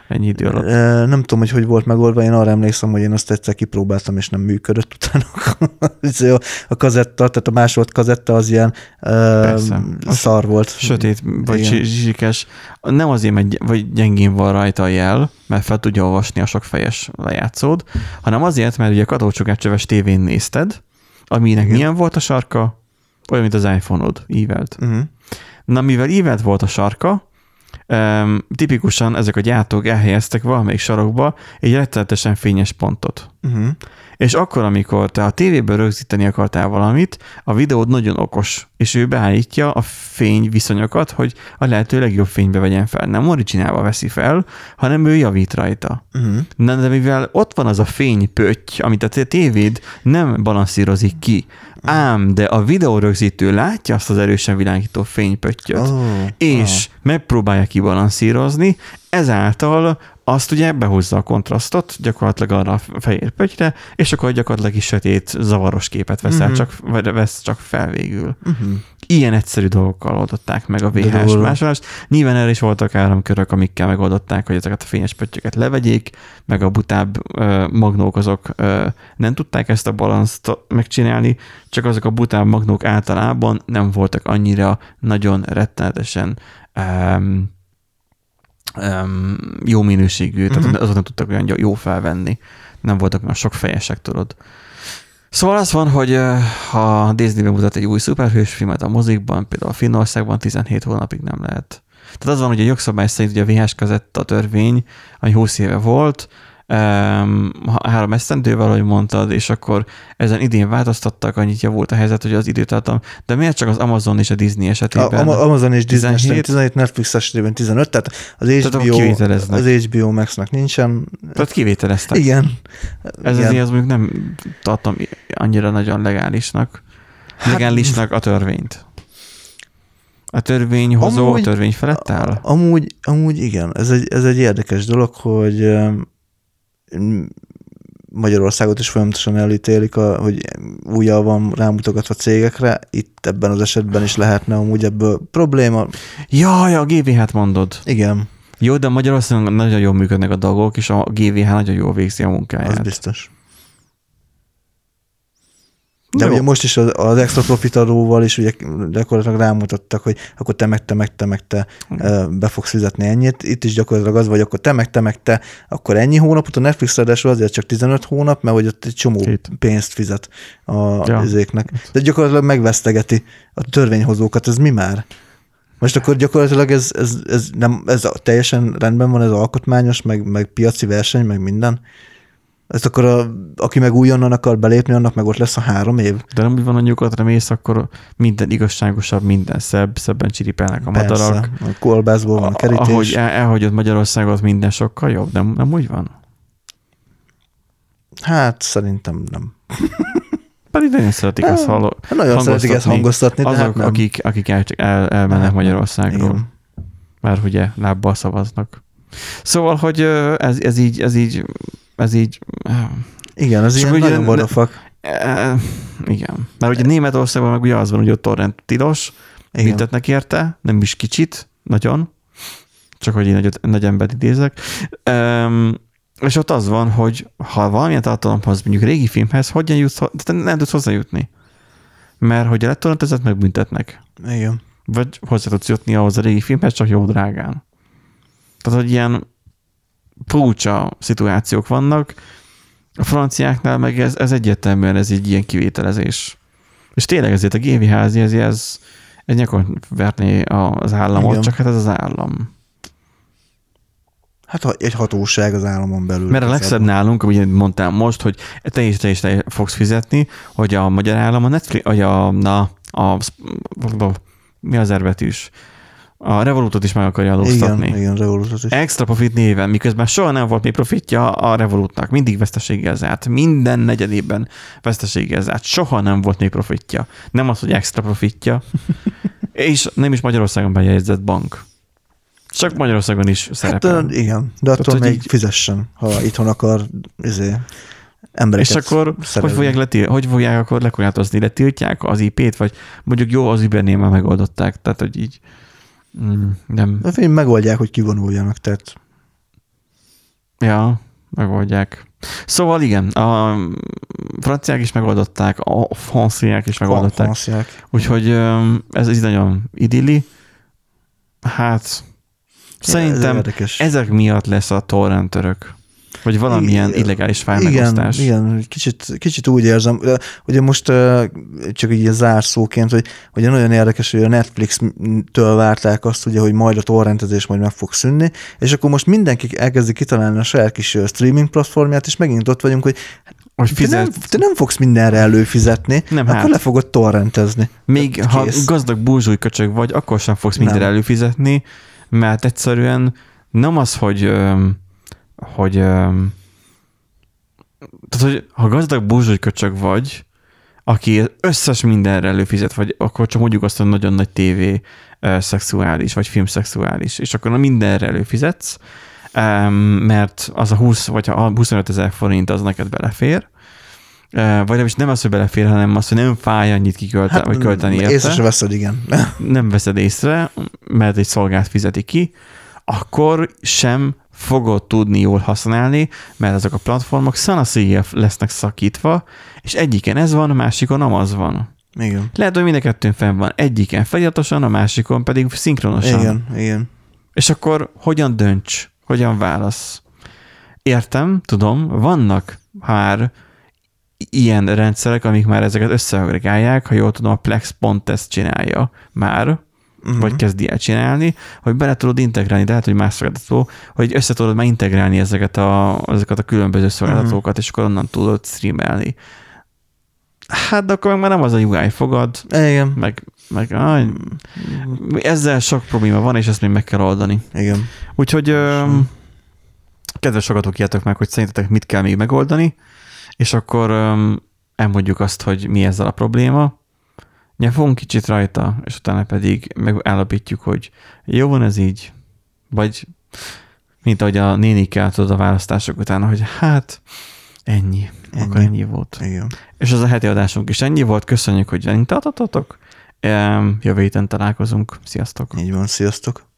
ennyi idő alatt. Nem tudom, hogy volt megoldva, én arra emlékszem, hogy én azt egyszer kipróbáltam, és nem működött utána. A kazetta, tehát a másolt kazetta az ilyen szar volt. Sötét, vagy zsizsikes. Nem azért, mert vagy gyengén van rajta a jel, mert fel tudja olvasni a sokfejes lejátszód, hanem azért, mert ugye katócsugárcsöves tévén nézted, aminek milyen volt a sarka? Olyan, mint az iPhone-od, ívelt. Na, mivel ívelt volt a sarka, tipikusan ezek a gyártók elhelyeztek valamelyik sarokba egy rettenetesen fényes pontot. És akkor, amikor te a tévéből rögzíteni akartál valamit, a videód nagyon okos, és ő beállítja a fényviszonyokat, hogy a lehető legjobb fénybe vegyen fel. Nem originálba veszi fel, hanem ő javít rajta. Na, de mivel ott van az a fénypötty, amit a tévéd nem balanszírozik ki, ám, de a videórögzítő látja azt az erősen világító fénypöttyöt, és megpróbálja kibalanszírozni, ezáltal azt ugye behozza a kontrasztot gyakorlatilag arra a fehér pöttyre, és akkor gyakorlatilag is sötét, zavaros képet vesz csak fel végül. Ilyen egyszerű dolgokkal oldották meg a VHS másolást. Nyilván erre is voltak áramkörök, amikkel megoldották, hogy ezeket a fényes pöttyöket levegyék, meg a butább magnók azok nem tudták ezt a balanszt megcsinálni, csak azok a butább magnók általában nem voltak annyira nagyon rettenetesen jó minőségű, tehát azok nem tudtak olyan jó felvenni. Nem voltak olyan sok fejesek, tudod. Szóval az van, hogy ha Disney bemutat egy új szuperhős filmet a mozikban, például Finnországban 17 hónapig nem lehet. Tehát az van, hogy a jogszabály szerint ugye a VHS kazetta törvény, ami 20 éve volt, 3 esztendővel, ahogy mondtad, és akkor ezen idén változtattak, annyit javult a helyzet, hogy az időtartam. De miért csak az Amazon és a Disney esetében? Amazon és Disney 17, Netflix esetében 15, tehát az HBO Max-nak nincsen. Tehát kivételeztek. Igen. Ez igen. Az mondjuk nem tartom annyira nagyon legálisnak. Legálisnak a törvényt. A törvényhozó, a törvény felett áll? Amúgy igen. Ez egy érdekes dolog, hogy Magyarországot is folyamatosan elítélik, hogy újjal van rámutogatva cégekre, itt ebben az esetben is lehetne amúgy ebből probléma. Jaj, a GVH-t mondod. Igen. Jó, de Magyarországon nagyon jól működnek a dolgok, és a GVH nagyon jól végzi a munkáját. Az biztos. De ugye most is az extra profit adóval is ugye gyakorlatilag rámutattak, hogy akkor te be fogsz fizetni ennyit. Itt is gyakorlatilag az, vagy akkor te, akkor ennyi hónapot, a Netflix ráadásul azért csak 15 hónap, mert hogy ott egy csomó pénzt fizet az éknek. De gyakorlatilag megvesztegeti a törvényhozókat. Ez mi már? Most akkor gyakorlatilag ez teljesen rendben van, ez alkotmányos, meg piaci verseny, meg minden. Ezt akkor aki meg újonnan akar belépni, annak meg ott lesz a 3 év. De nem úgy van, a nyugatra mész, akkor minden igazságosabb, minden szebben csiripelnek a madarak. A kolbászból van a kerítés. Ahogy elhagyod Magyarországot, minden sokkal jobb. Nem úgy van? Hát szerintem nem. Pedig nagyon szeretik ezt nagyon szeretik ezt hangoztatni. Azok, hát akik elmennek Magyarországról. Már ugye lábbal szavaznak. Szóval, hogy ez így... Igen, az ilyen nagyon borofak. Igen. Mert ugye Németországban meg ugye az van, hogy a torrent tilos, büntetnek érte, nem is kicsit, nagyon, csak hogy én nagy embert idézek. És ott az van, hogy ha valamilyen tartalomhoz, mondjuk régi filmhez, hogyan jutsz, nem tudsz hozzájutni. Mert hogy a lettorrentezett megbüntetnek. Igen. Vagy hozzá tudsz jutni ahhoz a régi filmhez, csak jó drágán. Tehát, hogy ilyen furcsa szituációk vannak. A franciáknál meg ez egyértelműen ez egy ilyen kivételezés. És tényleg ezért a GVH ez nyakon verné az államot, igen. Csak hát ez az állam. Hát egy hatóság az államon belül. Mert a legszebb nálunk, ugye mondtam most, hogy te is fogsz fizetni, hogy a magyar állam a Netflix, mi az erbetűs? A Revolutot is meg akarja adóztatni. Igen, Revolutot is. Extra profit néven, miközben soha nem volt még profitja a Revolutnak. Mindig veszteséggel zárt. Minden negyedében veszteséggel zárt. Soha nem volt még profitja. Nem az, hogy extra profitja. És nem is Magyarországon bejegyzett bank. Csak Magyarországon is szerepel. Hát igen, de attól még fizessen, ha itthon akar embereket. És akkor hogy fogják akkor lekorlátozni? Letiltják az IP-t, vagy mondjuk jó, az Ubernél már megoldották. Tehát, hogy így nem. Megoldják, hogy kivonuljanak, tehát Ja, megoldják. Szóval igen, a franciák is megoldották, a franciák is megoldották. Franciák. Úgyhogy ez így nagyon idilli. Hát szerintem ezek miatt lesz a torrentörök. Vagy valamilyen illegális fájlmegosztás. Igen, kicsit úgy érzem. Ugye most csak így a zárszóként, hogy nagyon érdekes, hogy a Netflix-től várták azt, ugye, hogy majd a torrentezés majd meg fog szűnni, és akkor most mindenki elkezdi kitalálni a saját kis streaming platformját, és megint ott vagyunk, hogy te nem fogsz mindenre előfizetni, akkor le fogod torrentezni. Még ha gazdag burzsúj köcsög vagy, akkor sem fogsz mindenre előfizetni, mert egyszerűen nem az, tehát, hogy ha gazdag burzsúj köcsög vagy, aki összes mindenre előfizet, vagy akkor csak mondjuk azt, hogy nagyon nagy tévé szexuális, vagy filmszexuális, és akkor mindenre előfizetsz, mert az a 20 vagy a 25 000 forint az neked belefér, vagy nem az, hogy belefér, hanem az, hogy nem fáj annyit vagy költeni érte. Észre se veszed, igen. Nem veszed észre, mert egy szolgált fizeti ki, akkor sem fogod tudni jól használni, mert ezek a platformok szanaszéjjel lesznek szakítva, és egyiken ez van, a másikon az van. Igen. Lehet, hogy mind a kettőn fenn van. Egyiken feliratosan, a másikon pedig szinkronosan. Igen. És akkor hogyan dönts? Hogyan válasz? Értem, tudom, vannak már ilyen rendszerek, amik már ezeket összeagregálják, ha jól tudom, a Plex.test ezt csinálja már, vagy kezdi el csinálni, hogy bele tudod integrálni, de lehet, hogy más szolgáltató, hogy össze tudod már integrálni ezeket a különböző szolgáltatókat, és akkor onnan tudod streamelni. Hát, de akkor már nem az a UI fogad. Igen. Meg ezzel sok probléma van, és ezt még meg kell oldani. Igen. Úgyhogy kedves hallgatók, írjátok meg, hogy szerintetek mit kell még megoldani, és akkor elmondjuk azt, hogy mi ezzel a probléma. Nyafogunk kicsit rajta, és utána pedig megállapítjuk, hogy jó van ez így, vagy mint ahogy a nénikkel tudod a választások után, hogy hát ennyi. Akkor ennyi volt. Igen. És az a heti adásunk is ennyi volt. Köszönjük, hogy velünk tartottatok. Jövő héten találkozunk. Sziasztok! Így van, sziasztok!